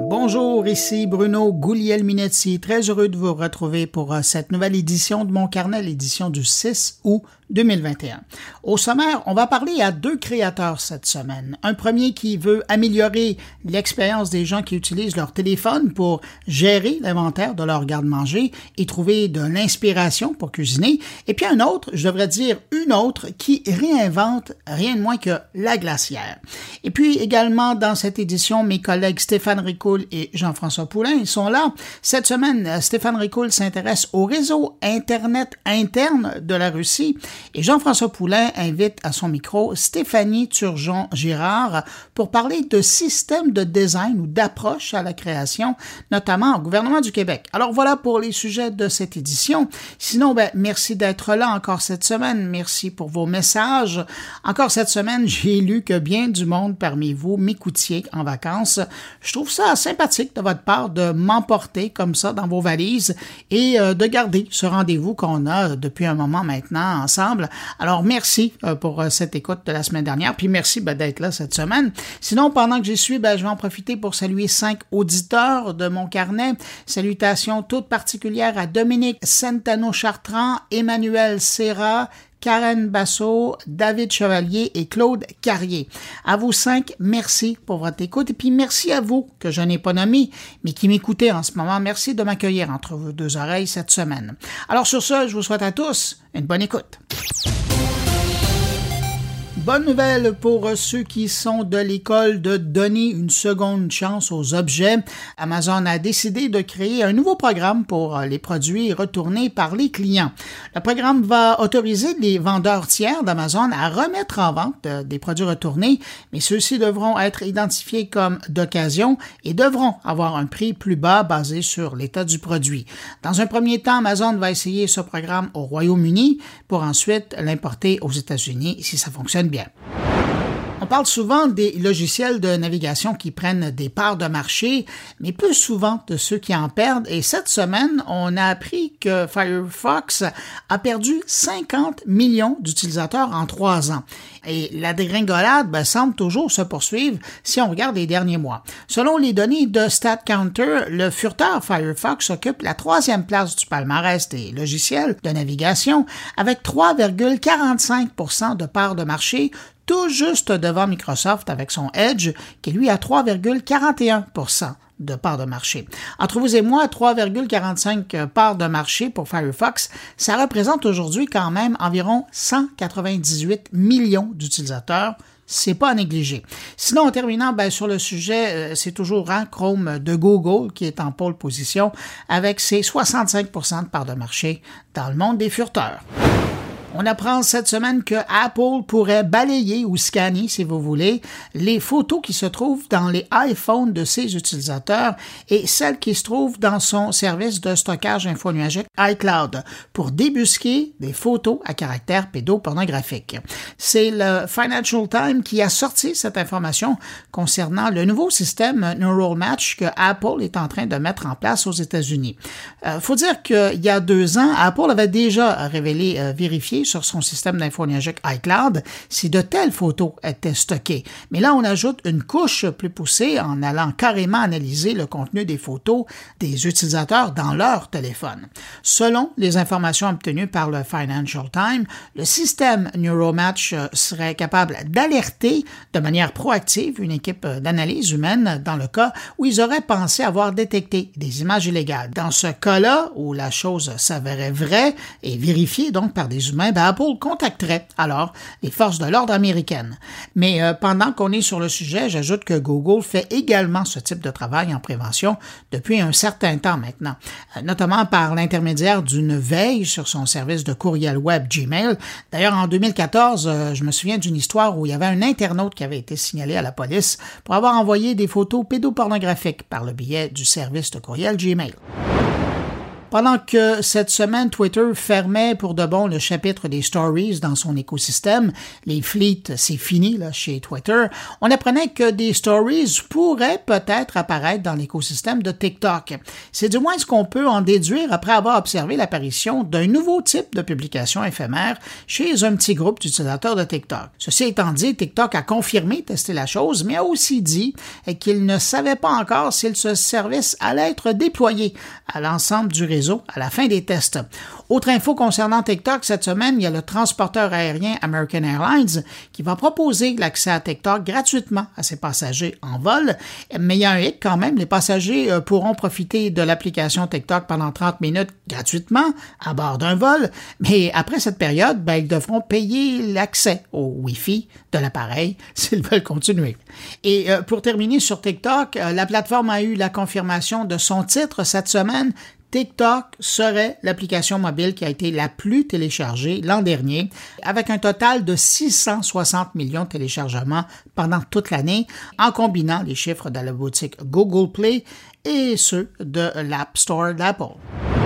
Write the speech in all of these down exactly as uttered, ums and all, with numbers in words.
Bonjour, ici Bruno Guglielminetti, très heureux de vous retrouver pour cette nouvelle édition de mon carnet, l'édition du six août deux mille vingt et un. Au sommaire, on va parler à deux créateurs cette semaine. Un premier qui veut améliorer l'expérience des gens qui utilisent leur téléphone pour gérer l'inventaire de leur garde-manger et trouver de l'inspiration pour cuisiner. Et puis un autre, je devrais dire une autre, qui réinvente rien de moins que la glacière. Et puis également dans cette édition, mes collègues Stéphane Ricoul et Jean-François Poulain, ils sont là. Cette semaine, Stéphane Ricoul s'intéresse au réseau Internet interne de la Russie et Jean-François Poulain invite à son micro Stéphanie Turgeon-Girard pour parler de systèmes de design ou d'approche à la création, notamment au gouvernement du Québec. Alors voilà pour les sujets de cette édition. Sinon, ben, merci d'être là encore cette semaine. Merci pour vos messages. Encore cette semaine, j'ai lu que bien du monde parmi vous m'écoutiez en vacances. Je trouve ça sympathique de votre part de m'emporter comme ça dans vos valises et euh, de garder ce rendez-vous qu'on a depuis un moment maintenant ensemble. Alors, merci euh, pour euh, cette écoute de la semaine dernière, puis merci ben, d'être là cette semaine. Sinon, pendant que j'y suis, ben, je vais en profiter pour saluer cinq auditeurs de mon carnet. Salutations toutes particulières à Dominique Centeno-Chartrand, Emmanuel Serra, Karen Basso, David Chevalier et Claude Carrier. À vous cinq, merci pour votre écoute et puis merci à vous que je n'ai pas nommé, mais qui m'écoutez en ce moment. Merci de m'accueillir entre vos deux oreilles cette semaine. Alors sur ce, je vous souhaite à tous une bonne écoute. Bonne nouvelle pour ceux qui sont de l'école de donner une seconde chance aux objets. Amazon a décidé de créer un nouveau programme pour les produits retournés par les clients. Le programme va autoriser les vendeurs tiers d'Amazon à remettre en vente des produits retournés, mais ceux-ci devront être identifiés comme d'occasion et devront avoir un prix plus bas basé sur l'état du produit. Dans un premier temps, Amazon va essayer ce programme au Royaume-Uni pour ensuite l'importer aux États-Unis si ça fonctionne bien. On parle souvent des logiciels de navigation qui prennent des parts de marché, mais plus souvent de ceux qui en perdent. Et cette semaine, on a appris que Firefox a perdu cinquante millions d'utilisateurs en trois ans. Et la dégringolade ben, semble toujours se poursuivre si on regarde les derniers mois. Selon les données de StatCounter, le furteur Firefox occupe la troisième place du palmarès des logiciels de navigation avec trois virgule quarante-cinq pour cent de parts de marché, tout juste devant Microsoft avec son Edge, qui lui a trois virgule quarante et un pour cent de parts de marché. Entre vous et moi, trois virgule quarante-cinq parts de marché pour Firefox, ça représente aujourd'hui quand même environ cent quatre-vingt-dix-huit millions d'utilisateurs. C'est pas à négliger. Sinon, en terminant, ben, sur le sujet, euh, c'est toujours hein, Chrome de Google qui est en pole position avec ses soixante-cinq pour cent de parts de marché dans le monde des furteurs. On apprend cette semaine que Apple pourrait balayer ou scanner, si vous voulez, les photos qui se trouvent dans les iPhones de ses utilisateurs et celles qui se trouvent dans son service de stockage infonuagique iCloud pour débusquer des photos à caractère pédopornographique. C'est le Financial Times qui a sorti cette information concernant le nouveau système Neural Match que Apple est en train de mettre en place aux États-Unis. Euh, faut dire qu'il y a deux ans, Apple avait déjà révélé, euh, vérifié sur son système d'infonuagique iCloud si de telles photos étaient stockées. Mais là, on ajoute une couche plus poussée en allant carrément analyser le contenu des photos des utilisateurs dans leur téléphone. Selon les informations obtenues par le Financial Times, le système NeuroMatch serait capable d'alerter de manière proactive une équipe d'analyse humaine dans le cas où ils auraient pensé avoir détecté des images illégales. Dans ce cas-là, où la chose s'avérait vraie et vérifiée donc par des humains, ben Apple contacterait alors les forces de l'ordre américaines. Mais euh, pendant qu'on est sur le sujet, j'ajoute que Google fait également ce type de travail en prévention depuis un certain temps maintenant, euh, notamment par l'intermédiaire d'une veille sur son service de courriel web Gmail. D'ailleurs, en deux mille quatorze, euh, je me souviens d'une histoire où il y avait un internaute qui avait été signalé à la police pour avoir envoyé des photos pédopornographiques par le biais du service de courriel Gmail. Pendant que cette semaine, Twitter fermait pour de bon le chapitre des Stories dans son écosystème, les fleets, c'est fini là, chez Twitter, on apprenait que des Stories pourraient peut-être apparaître dans l'écosystème de TikTok. C'est du moins ce qu'on peut en déduire après avoir observé l'apparition d'un nouveau type de publication éphémère chez un petit groupe d'utilisateurs de TikTok. Ceci étant dit, TikTok a confirmé tester la chose, mais a aussi dit qu'il ne savait pas encore si ce service allait être déployé à l'ensemble du réseau à la fin des tests. Autre info concernant TikTok, cette semaine, il y a le transporteur aérien American Airlines qui va proposer l'accès à TikTok gratuitement à ses passagers en vol, mais il y a un hic quand même, les passagers pourront profiter de l'application TikTok pendant trente minutes gratuitement à bord d'un vol, mais après cette période, ben, ils devront payer l'accès au Wi-Fi de l'appareil s'ils veulent continuer. Et euh, pour terminer sur TikTok, euh, la plateforme a eu la confirmation de son titre cette semaine. TikTok serait l'application mobile qui a été la plus téléchargée l'an dernier, avec un total de six cent soixante millions de téléchargements pendant toute l'année, en combinant les chiffres de la boutique Google Play et ceux de l'App Store d'Apple.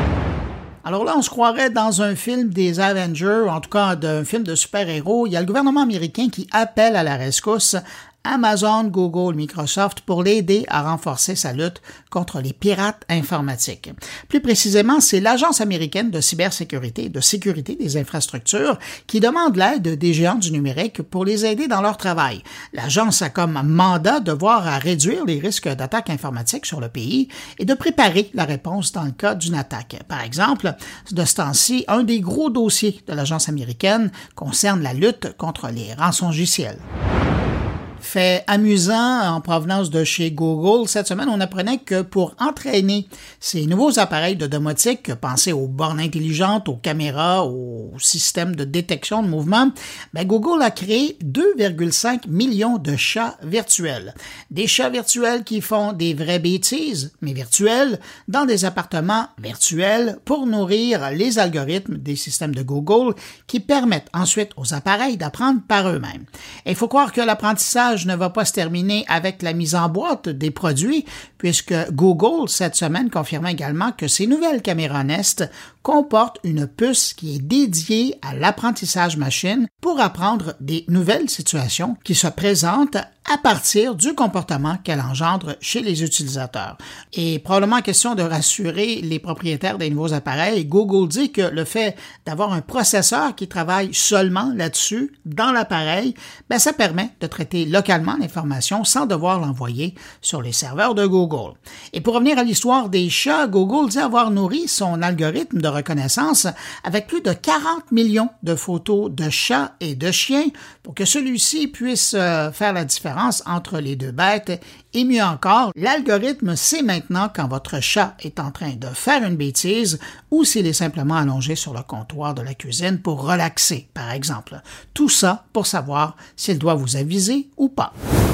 Alors là, on se croirait dans un film des Avengers, en tout cas d'un film de super-héros. Il y a le gouvernement américain qui appelle à la rescousse Amazon, Google, Microsoft pour l'aider à renforcer sa lutte contre les pirates informatiques. Plus précisément, c'est l'Agence américaine de cybersécurité et de sécurité des infrastructures qui demande l'aide des géants du numérique pour les aider dans leur travail. L'agence a comme mandat de voir à réduire les risques d'attaques informatiques sur le pays et de préparer la réponse dans le cas d'une attaque. Par exemple, de ce temps-ci, un des gros dossiers de l'agence américaine concerne la lutte contre les rançongiciels. Fait amusant en provenance de chez Google, cette semaine, on apprenait que pour entraîner ces nouveaux appareils de domotique, pensez aux bornes intelligentes, aux caméras, aux systèmes de détection de mouvement, ben Google a créé deux virgule cinq millions de chats virtuels. Des chats virtuels qui font des vraies bêtises, mais virtuelles, dans des appartements virtuels pour nourrir les algorithmes des systèmes de Google qui permettent ensuite aux appareils d'apprendre par eux-mêmes. Et il faut croire que l'apprentissage ne va pas se terminer avec la mise en boîte des produits, puisque Google, cette semaine, confirme également que ces nouvelles caméras Nest comportent une puce qui est dédiée à l'apprentissage machine pour apprendre des nouvelles situations qui se présentent à partir du comportement qu'elle engendre chez les utilisateurs. Et probablement question de rassurer les propriétaires des nouveaux appareils, Google dit que le fait d'avoir un processeur qui travaille seulement là-dessus, dans l'appareil, ben ça permet de traiter localement l'information sans devoir l'envoyer sur les serveurs de Google. Et pour revenir à l'histoire des chats, Google dit avoir nourri son algorithme de reconnaissance avec plus de quarante millions de photos de chats et de chiens pour que celui-ci puisse euh, faire la différence entre les deux bêtes et mieux encore, l'algorithme sait maintenant quand votre chat est en train de faire une bêtise ou s'il est simplement allongé sur le comptoir de la cuisine pour relaxer, par exemple. Tout ça pour savoir s'il doit vous aviser ou pas.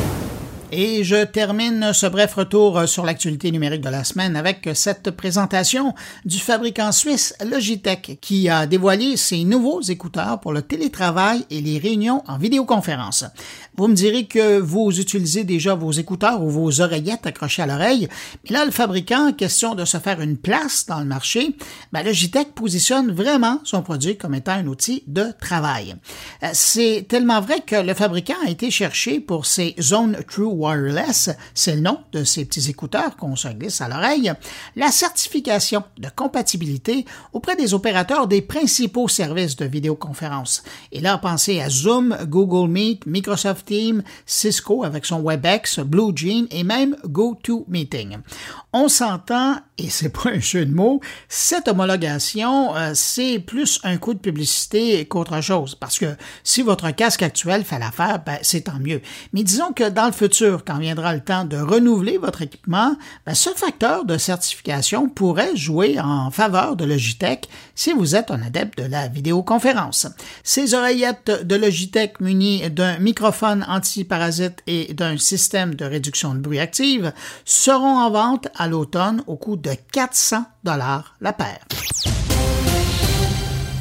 Et je termine ce bref retour sur l'actualité numérique de la semaine avec cette présentation du fabricant suisse Logitech qui a dévoilé ses nouveaux écouteurs pour le télétravail et les réunions en vidéoconférence. Vous me direz que vous utilisez déjà vos écouteurs ou vos oreillettes accrochées à l'oreille, mais là, le fabricant, question de se faire une place dans le marché, ben, Logitech positionne vraiment son produit comme étant un outil de travail. C'est tellement vrai que le fabricant a été cherché pour ses Zone True Wireless, c'est le nom de ces petits écouteurs qu'on se glisse à l'oreille, la certification de compatibilité auprès des opérateurs des principaux services de vidéoconférence. Et là, pensez à Zoom, Google Meet, Microsoft Teams, Cisco avec son WebEx, BlueJeans et même GoToMeeting. On s'entend, et c'est pas un jeu de mots, cette homologation, euh, c'est plus un coup de publicité qu'autre chose, parce que si votre casque actuel fait l'affaire, ben, c'est tant mieux. Mais disons que dans le futur, quand viendra le temps de renouveler votre équipement, ben, ce facteur de certification pourrait jouer en faveur de Logitech si vous êtes un adepte de la vidéoconférence. Ces oreillettes de Logitech munies d'un microphone antiparasite et d'un système de réduction de bruit active seront en vente à l'automne au coût de quatre cents dollars la paire.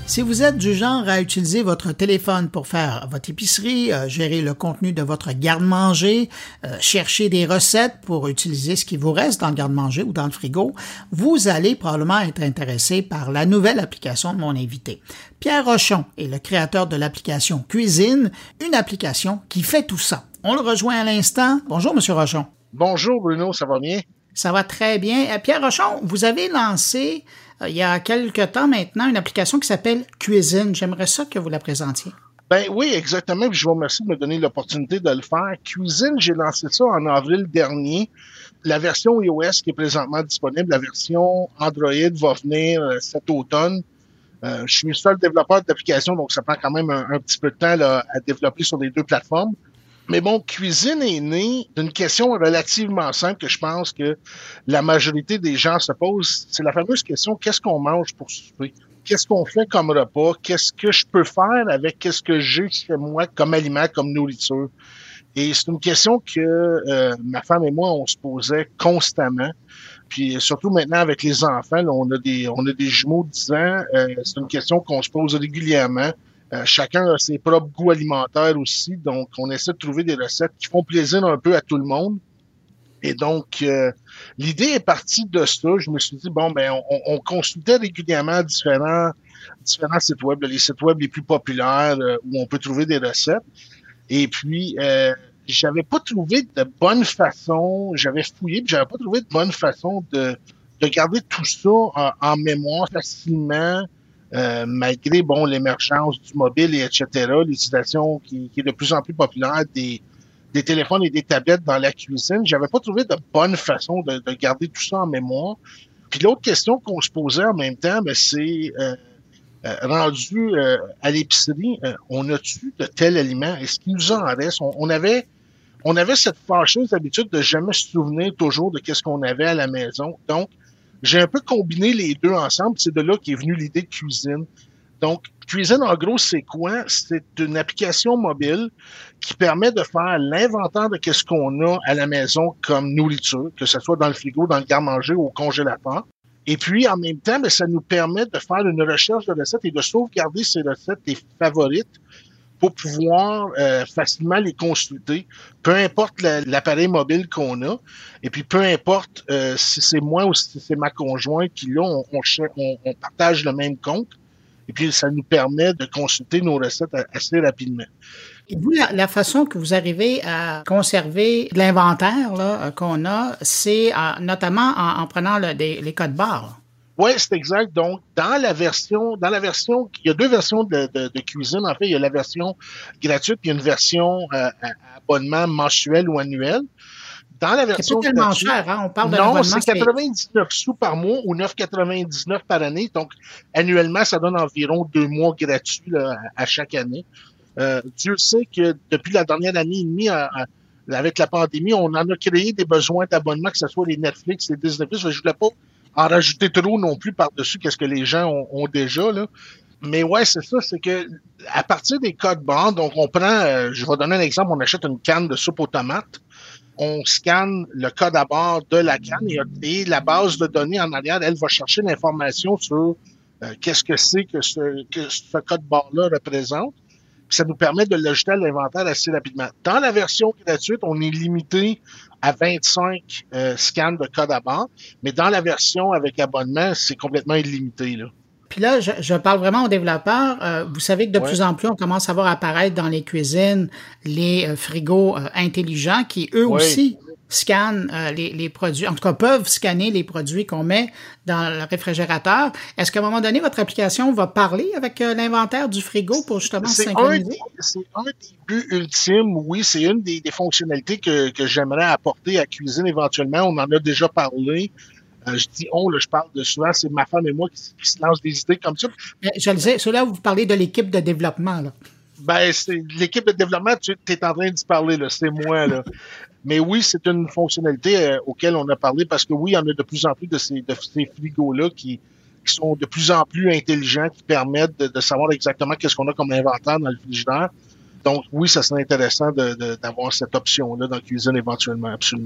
Si vous êtes du genre à utiliser votre téléphone pour faire votre épicerie, euh, gérer le contenu de votre garde-manger, euh, chercher des recettes pour utiliser ce qui vous reste dans le garde-manger ou dans le frigo, vous allez probablement être intéressé par la nouvelle application de mon invité. Pierre Rochon est le créateur de l'application Cuisine, une application qui fait tout ça. On le rejoint à l'instant. Bonjour, Monsieur Rochon. Bonjour, Bruno, ça va bien? Ça va très bien. Euh, Pierre Rochon, vous avez lancé euh, il y a quelque temps maintenant une application qui s'appelle Cuisine. J'aimerais ça que vous la présentiez. Ben oui, exactement. Puis je vous remercie de me donner l'opportunité de le faire. Cuisine, j'ai lancé ça en avril dernier. La version iOS qui est présentement disponible, la version Android va venir euh, cet automne. Euh, je suis le seul développeur d'application, donc ça prend quand même un, un petit peu de temps là, à développer sur les deux plateformes. Mais bon, Cuisine est née d'une question relativement simple que je pense que la majorité des gens se posent. C'est la fameuse question, qu'est-ce qu'on mange pour souper? Qu'est-ce qu'on fait comme repas? Qu'est-ce que je peux faire avec qu'est-ce que j'ai chez moi comme aliment, comme nourriture? Et c'est une question que euh, ma femme et moi, on se posait constamment. Puis surtout maintenant avec les enfants, là, on a des on a des jumeaux de dix ans. Euh, c'est une question qu'on se pose régulièrement. Euh, chacun a ses propres goûts alimentaires aussi, donc on essaie de trouver des recettes qui font plaisir un peu à tout le monde. Et donc, euh, l'idée est partie de ça. Je me suis dit, bon, ben, on, on consultait régulièrement différents, différents sites web, les sites web les plus populaires euh, où on peut trouver des recettes. Et puis, euh, j'avais pas trouvé de bonne façon, j'avais fouillé, puis j'avais pas trouvé de bonne façon de, de garder tout ça en, en mémoire facilement. Euh, malgré bon l'émergence du mobile et et cetera, l'utilisation qui, qui est de plus en plus populaire des, des téléphones et des tablettes dans la cuisine, j'avais pas trouvé de bonne façon de, de garder tout ça en mémoire. Puis l'autre question qu'on se posait en même temps, ben, c'est euh, euh, rendu euh, à l'épicerie, euh, on a-tu de tels aliments? Est-ce qu'il nous en reste? On, on avait on avait cette fâcheuse habitude de jamais se souvenir toujours de qu'est-ce qu'on avait à la maison. Donc, j'ai un peu combiné les deux ensemble. C'est de là qu'est venue l'idée de Cuisine. Donc, Cuisine, en gros, c'est quoi? C'est une application mobile qui permet de faire l'inventaire de qu'est-ce qu'on a à la maison comme nourriture, que ce soit dans le frigo, dans le garde-manger ou au congélateur. Et puis, en même temps, bien, ça nous permet de faire une recherche de recettes et de sauvegarder ces recettes, les favorites, pour pouvoir euh, facilement les consulter, peu importe la, l'appareil mobile qu'on a, et puis peu importe euh, si c'est moi ou si c'est ma conjointe qui là, on, on, on, on partage le même compte, et puis ça nous permet de consulter nos recettes assez rapidement. Et vous, la, la façon que vous arrivez à conserver l'inventaire là, qu'on a, c'est euh, notamment en, en prenant le, des, les codes barres. Oui, c'est exact. Donc, dans la version, dans la version, il y a deux versions de, de, de cuisine. En fait, il y a la version gratuite, puis il y a une version euh, à abonnement mensuel ou annuel. Dans la version c'est pas tellement gratuite, cher, hein? On parle de non, l'abonnement. c'est quatre-vingt-dix-neuf sous par mois ou neuf quatre-vingt-dix-neuf par année. Donc, annuellement, ça donne environ deux mois gratuits là, à, à chaque année. Euh, Dieu sait que depuis la dernière année et demie, à, à, avec la pandémie, on en a créé des besoins d'abonnement, que ce soit les Netflix, les Disney plus. Je voulais pas en rajouter trop non plus par-dessus qu'est-ce que les gens ont, ont déjà, là. Mais ouais, c'est ça, c'est que à partir des codes barres, donc on prend, euh, je vais donner un exemple, on achète une canne de soupe aux tomates, on scanne le code à barre de la canne et, et la base de données en arrière, elle va chercher l'information sur euh, qu'est-ce que c'est que ce, que ce code barre-là représente. Puis ça nous permet de l'ajouter à l'inventaire assez rapidement. Dans la version gratuite, on est limité à vingt-cinq euh, scans de code à barre, mais dans la version avec abonnement, c'est complètement illimité, là. Puis là, je, je parle vraiment aux développeurs. Euh, vous savez que de ouais. plus en plus, on commence à voir apparaître dans les cuisines les euh, frigos euh, intelligents qui, eux ouais. aussi, scannent euh, les, les produits, en tout cas peuvent scanner les produits qu'on met dans le réfrigérateur. Est-ce qu'à un moment donné, votre application va parler avec euh, l'inventaire du frigo pour justement c'est synchroniser? Un, c'est un des buts ultimes, oui. C'est une des, des fonctionnalités que, que j'aimerais apporter à Cuisine éventuellement. On en a déjà parlé. Euh, je dis on, là, je parle de souvent, c'est ma femme et moi qui, qui se lancent des idées comme ça. Mais je le sais, cela, vous parlez de l'équipe de développement, là. Ben, c'est l'équipe de développement, tu es en train d'y parler, là, c'est moi, là. Mais oui, c'est une fonctionnalité euh, auquel on a parlé parce que oui, il y en a de plus en plus de ces, de ces frigos-là qui, qui sont de plus en plus intelligents, qui permettent de, de savoir exactement qu'est-ce qu'on a comme inventaire dans le frigidaire. Donc oui, ça serait intéressant de, de, d'avoir cette option-là dans la cuisine éventuellement, absolument.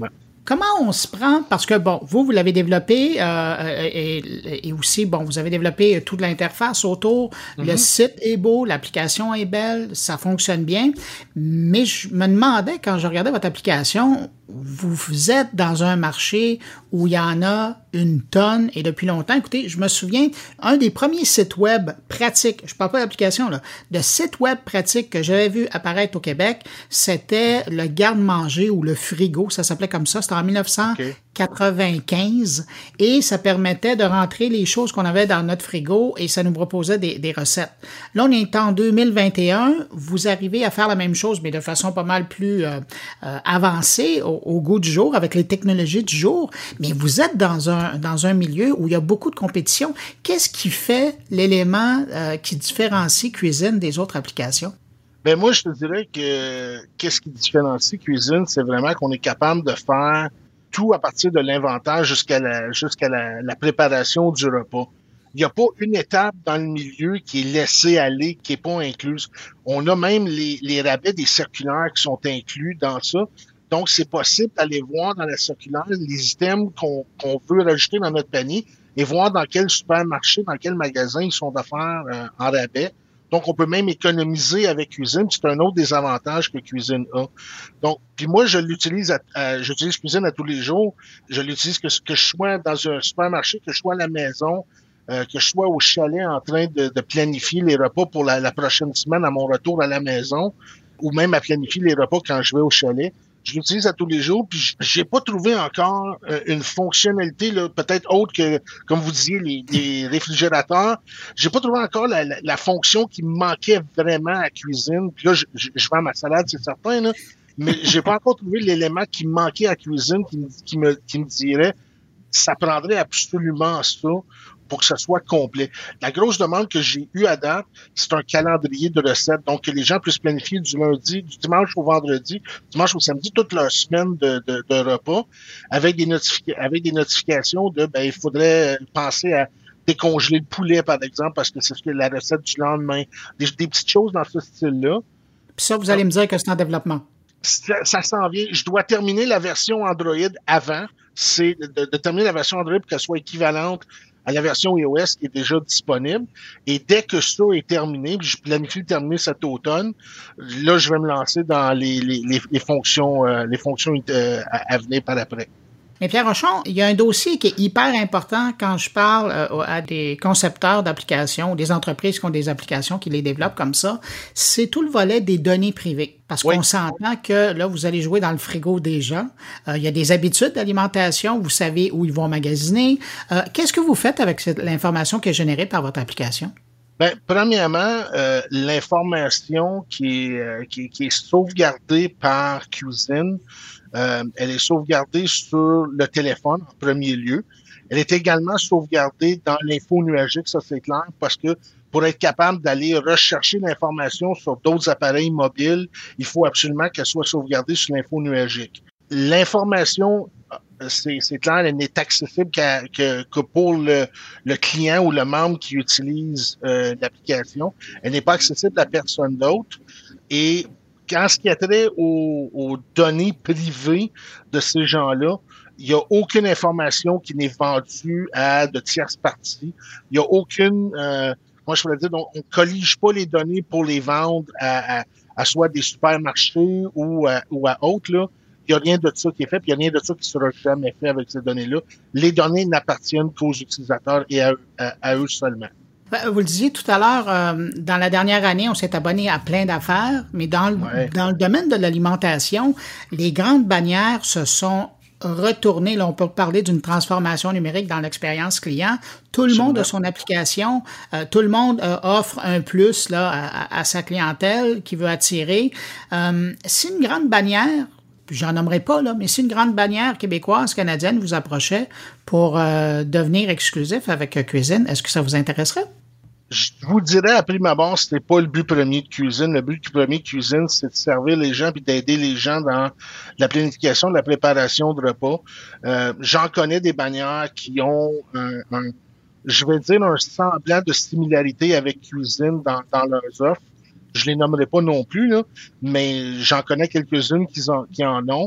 Comment on se prend, parce que, bon, vous, vous l'avez développé euh, et, et aussi, bon, vous avez développé toute l'interface autour. Mm-hmm. Le site est beau, l'application est belle, ça fonctionne bien. Mais je me demandais, quand je regardais votre application, vous, vous êtes dans un marché où il y en a une tonne et depuis longtemps. Écoutez, je me souviens, un des premiers sites web pratiques, je parle pas d'application, là, de sites web pratiques que j'avais vu apparaître au Québec, c'était le garde-manger ou le frigo, ça s'appelait comme ça, c'était en dix-neuf cent quatre-vingt-quinze, okay. Et ça permettait de rentrer les choses qu'on avait dans notre frigo et ça nous proposait des, des recettes. Là, on est en deux mille vingt et un, vous arrivez à faire la même chose, mais de façon pas mal plus euh, euh, avancée au, au goût du jour, avec les technologies du jour, mais vous êtes dans un, dans un milieu où il y a beaucoup de compétition. Qu'est-ce qui fait l'élément euh, qui différencie Cuisine des autres applications? Ben moi, je te dirais que qu'est-ce qui différencie Cuisine, c'est vraiment qu'on est capable de faire tout à partir de l'inventaire jusqu'à la jusqu'à la, la préparation du repas. Il n'y a pas une étape dans le milieu qui est laissée aller, qui n'est pas incluse. On a même les, les rabais des circulaires qui sont inclus dans ça. Donc, c'est possible d'aller voir dans la circulaire les items qu'on, qu'on veut rajouter dans notre panier et voir dans quel supermarché, dans quel magasin ils sont offerts euh, en rabais. Donc, on peut même économiser avec Cuisine. C'est un autre des avantages que Cuisine a. Donc, puis moi, je l'utilise, à, à, j'utilise Cuisine à tous les jours. Je l'utilise que, que je sois dans un supermarché, que je sois à la maison, euh, que je sois au chalet en train de, de planifier les repas pour la, la prochaine semaine à mon retour à la maison, ou même à planifier les repas quand je vais au chalet. Je l'utilise à tous les jours, puis j'ai pas trouvé encore euh, une fonctionnalité là, peut-être autre que, comme vous disiez, les, les réfrigérateurs. J'ai pas trouvé encore la, la, la fonction qui me manquait vraiment à Cuisine. Puis là, je, je, je vends ma salade, c'est certain, là, mais j'ai pas encore trouvé l'élément qui me manquait à Cuisine, qui, qui me qui me dirait ça prendrait absolument ça pour que ça soit complet. La grosse demande que j'ai eue à date, c'est un calendrier de recettes. Donc, que les gens puissent planifier du lundi, du dimanche au vendredi, du dimanche au samedi, toute leur semaine de, de, de repas, avec des notifications, avec des notifications de, ben, il faudrait penser à décongeler le poulet, par exemple, parce que c'est ce que la recette du lendemain. Des, des petites choses dans ce style-là. Puis ça, vous allez me dire que c'est en développement. Ça, ça s'en vient. Je dois terminer la version Android avant. C'est de, de terminer la version Android pour qu'elle soit équivalente à la version iOS qui est déjà disponible. Et dès que ça est terminé, puis je planifie de terminer cet automne, là, je vais me lancer dans les, les, les, les fonctions, euh, les fonctions euh, à, à venir par après. Mais Pierre Rochon, il y a un dossier qui est hyper important quand je parle euh, à des concepteurs d'applications, des entreprises qui ont des applications qui les développent comme ça, c'est tout le volet des données privées. Parce oui. qu'on s'entend que là, vous allez jouer dans le frigo des gens. Euh, il y a des habitudes d'alimentation, vous savez où ils vont magasiner. Euh, qu'est-ce que vous faites avec cette, l'information qui est générée par votre application? Ben, premièrement, euh, l'information qui est, euh, qui, qui est sauvegardée par Cuisine, euh, elle est sauvegardée sur le téléphone en premier lieu. Elle est également sauvegardée dans l'info nuagique, ça c'est clair, parce que pour être capable d'aller rechercher l'information sur d'autres appareils mobiles, il faut absolument qu'elle soit sauvegardée sur l'info nuagique. L'information, c'est, c'est clair, elle n'est accessible qu'à, que, que pour le, le client ou le membre qui utilise euh, l'application. Elle n'est pas accessible à personne d'autre. Et quand ce qui a trait aux, aux données privées de ces gens-là, il n'y a aucune information qui n'est vendue à de tierces parties. Il n'y a aucune... Euh, moi, je pourrais dire, on ne collige pas les données pour les vendre à, à, à soit des supermarchés ou à, ou à autres, là. Il n'y a rien de ça qui est fait, puis il n'y a rien de ça qui sera jamais fait avec ces données-là. Les données n'appartiennent qu'aux utilisateurs et à, à, à eux seulement. Vous le disiez tout à l'heure, euh, dans la dernière année, on s'est abonné à plein d'affaires, mais dans le, ouais. dans le domaine de l'alimentation, les grandes bannières se sont retournées. Là, on peut parler d'une transformation numérique dans l'expérience client. Tout le monde a son application, euh, tout le monde euh, offre un plus là à, à sa clientèle qui veut attirer. Euh, si une grande bannière, j'en nommerai pas, là, mais si une grande bannière québécoise, canadienne vous approchait pour euh, devenir exclusif avec euh, Cuisine, est-ce que ça vous intéresserait? Je vous dirais, à prime abord, c'était pas le but premier de Cuisine. Le but premier de Cuisine, c'est de servir les gens puis d'aider les gens dans la planification, la préparation de repas. Euh, j'en connais des bannières qui ont un, un, je vais dire, un semblant de similarité avec Cuisine dans, dans leurs offres. Je les nommerai pas non plus, là, mais j'en connais quelques-unes qui en, qui en ont.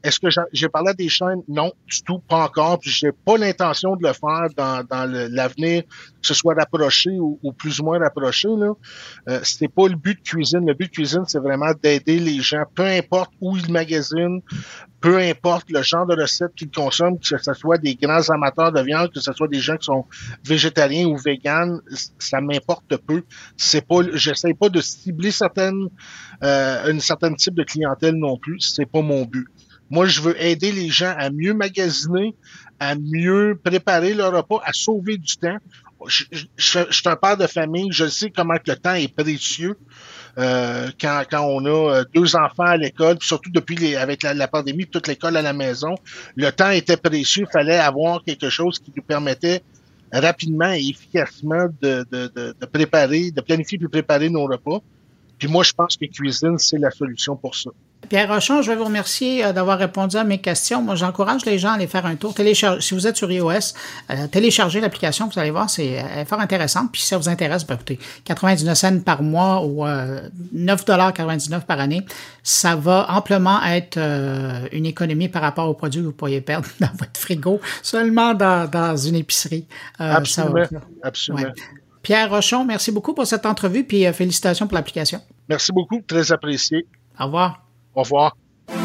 Est-ce que j'ai parlé à des chaînes? Non, du tout, pas encore. Puis j'ai pas l'intention de le faire dans, dans le, l'avenir, que ce soit rapproché ou, ou plus ou moins rapproché. Là, euh, c'était pas le but de cuisine. Le but de cuisine, c'est vraiment d'aider les gens, peu importe où ils magasinent, peu importe le genre de recette qu'ils consomment, que ce soit des grands amateurs de viande, que ce soit des gens qui sont végétariens ou véganes, ça m'importe peu. C'est pas, j'essaie pas de cibler certaines, euh, une certaine type de clientèle non plus. C'est pas mon but. Moi, je veux aider les gens à mieux magasiner, à mieux préparer leur repas, à sauver du temps. Je, je, je, je suis un père de famille, je sais comment que le temps est précieux. Euh, quand, quand on a deux enfants à l'école, puis surtout depuis les, avec la, la pandémie, toute l'école à la maison, le temps était précieux. Il fallait avoir quelque chose qui nous permettait rapidement et efficacement de, de, de, de préparer, de planifier et préparer nos repas. Puis moi, je pense que cuisine, c'est la solution pour ça. Pierre Rochon, je vais vous remercier d'avoir répondu à mes questions. Moi, j'encourage les gens à aller faire un tour. Télécharge, si vous êtes sur iOS, euh, téléchargez l'application, vous allez voir, c'est elle est fort intéressante. Puis si ça vous intéresse, ben, écoutez, quatre-vingt-dix-neuf cents par mois ou euh, neuf dollars quatre-vingt-dix-neuf par année, ça va amplement être euh, une économie par rapport aux produits que vous pourriez perdre dans votre frigo, seulement dans, dans une épicerie. Euh, absolument, ça va, absolument. Ouais. Pierre Rochon, merci beaucoup pour cette entrevue, puis euh, félicitations pour l'application. Merci beaucoup, très apprécié. Au revoir. Au revoir.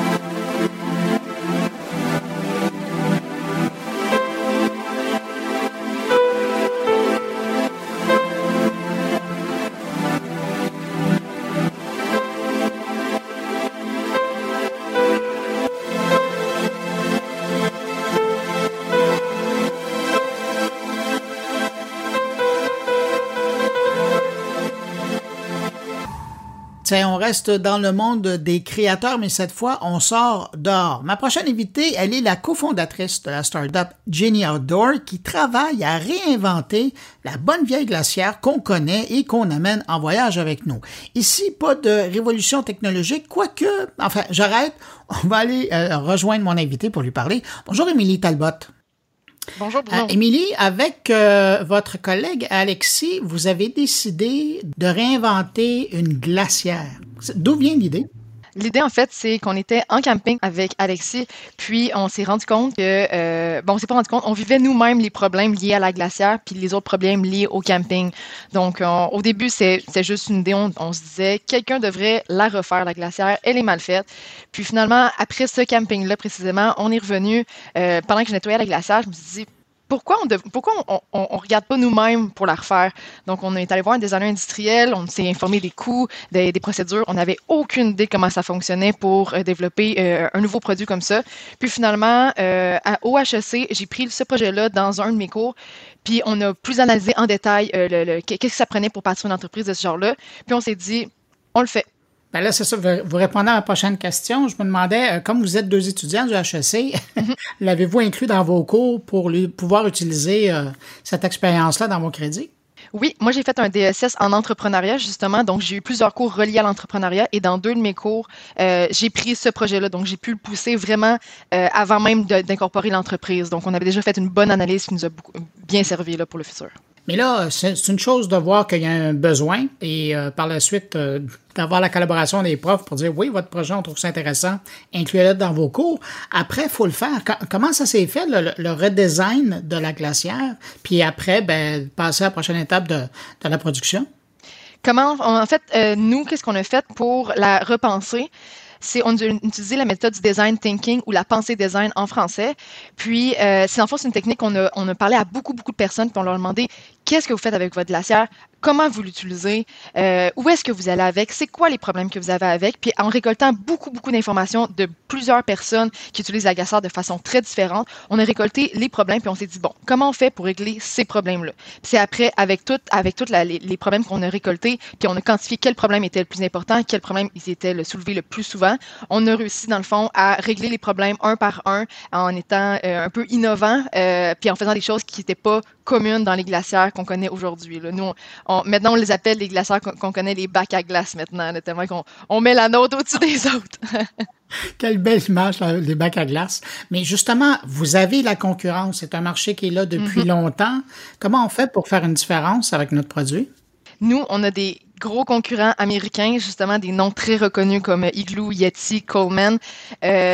T'sais, on reste dans le monde des créateurs, mais cette fois, on sort dehors. Ma prochaine invitée, elle est la cofondatrice de la start-up Jenny Outdoor qui travaille à réinventer la bonne vieille glacière qu'on connaît et qu'on amène en voyage avec nous. Ici, pas de révolution technologique, quoique, enfin, j'arrête, on va aller euh, rejoindre mon invité pour lui parler. Bonjour Émilie Talbot. Bonjour Bruno. Euh, Émilie, avec euh, votre collègue Alexis, vous avez décidé de réinventer une glacière. D'où vient l'idée? L'idée, en fait, c'est qu'on était en camping avec Alexis, puis on s'est rendu compte que, euh, bon, on s'est pas rendu compte, on vivait nous-mêmes les problèmes liés à la glacière, puis les autres problèmes liés au camping. Donc, on, au début, c'est, c'est juste une idée, on, on se disait, quelqu'un devrait la refaire, la glacière, elle est mal faite. Puis finalement, après ce camping-là, précisément, on est revenu, euh, pendant que je nettoyais la glacière, je me suis dit, Pourquoi on ne pourquoi on, on, on regarde pas nous-mêmes pour la refaire? Donc, on est allé voir un designer industriel, on s'est informé des coûts, des, des procédures. On n'avait aucune idée comment ça fonctionnait pour euh, développer euh, un nouveau produit comme ça. Puis finalement, euh, à, au H E C, j'ai pris ce projet-là dans un de mes cours. Puis on a plus analysé en détail euh, le, le, qu'est-ce que ça prenait pour partir une entreprise de ce genre-là. Puis on s'est dit, on le fait. Ben là, c'est ça. Vous répondez à ma prochaine question. Je me demandais, euh, comme vous êtes deux étudiants du H E C, mm-hmm. l'avez-vous inclus dans vos cours pour lui, pouvoir utiliser euh, cette expérience-là dans vos crédits? Oui, moi j'ai fait un D S S en entrepreneuriat justement, donc j'ai eu plusieurs cours reliés à l'entrepreneuriat et dans deux de mes cours, euh, j'ai pris ce projet-là, donc j'ai pu le pousser vraiment euh, avant même de, d'incorporer l'entreprise. Donc on avait déjà fait une bonne analyse qui nous a beaucoup, bien servi là, pour le futur. Mais là, c'est, c'est une chose de voir qu'il y a un besoin et euh, par la suite euh, d'avoir la collaboration des profs pour dire oui, votre projet, on trouve ça intéressant, incluez-le dans vos cours. Après, il faut le faire. Comment ça s'est fait, le, le redesign de la glacière, puis après, ben, passer à la prochaine étape de, de la production? Comment, en fait, euh, nous, qu'est-ce qu'on a fait pour la repenser? C'est on a utilisé la méthode du design thinking ou la pensée design en français. Puis, euh, c'est en fait c'est une technique qu'on a, on a parlé à beaucoup, beaucoup de personnes, puis on leur a demandé qu'est-ce que vous faites avec votre glacière, comment vous l'utilisez, euh, où est-ce que vous allez avec, c'est quoi les problèmes que vous avez avec. Puis, en récoltant beaucoup, beaucoup d'informations de plusieurs personnes qui utilisent la glacière de façon très différente, on a récolté les problèmes, puis on s'est dit, bon, comment on fait pour régler ces problèmes-là? Puis c'est après, avec tout, avec toutes la, les, les problèmes qu'on a récoltés, puis on a quantifié quel problème était le plus important, quel problème ils étaient le soulevé le plus souvent. On a réussi, dans le fond, à régler les problèmes un par un en étant euh, un peu innovant, euh, puis en faisant des choses qui n'étaient pas communes dans les glacières qu'on connaît aujourd'hui. Là. Nous, on, on, maintenant, on les appelle les glacières qu'on, qu'on connaît, les bacs à glace maintenant, là, tellement qu'on on met la nôtre au-dessus des autres. Quelle belle image, là, les bacs à glace. Mais justement, vous avez la concurrence. C'est un marché qui est là depuis mm-hmm. longtemps. Comment on fait pour faire une différence avec notre produit? Nous, on a des gros concurrents américains, justement des noms très reconnus comme Igloo, Yeti, Coleman. Euh,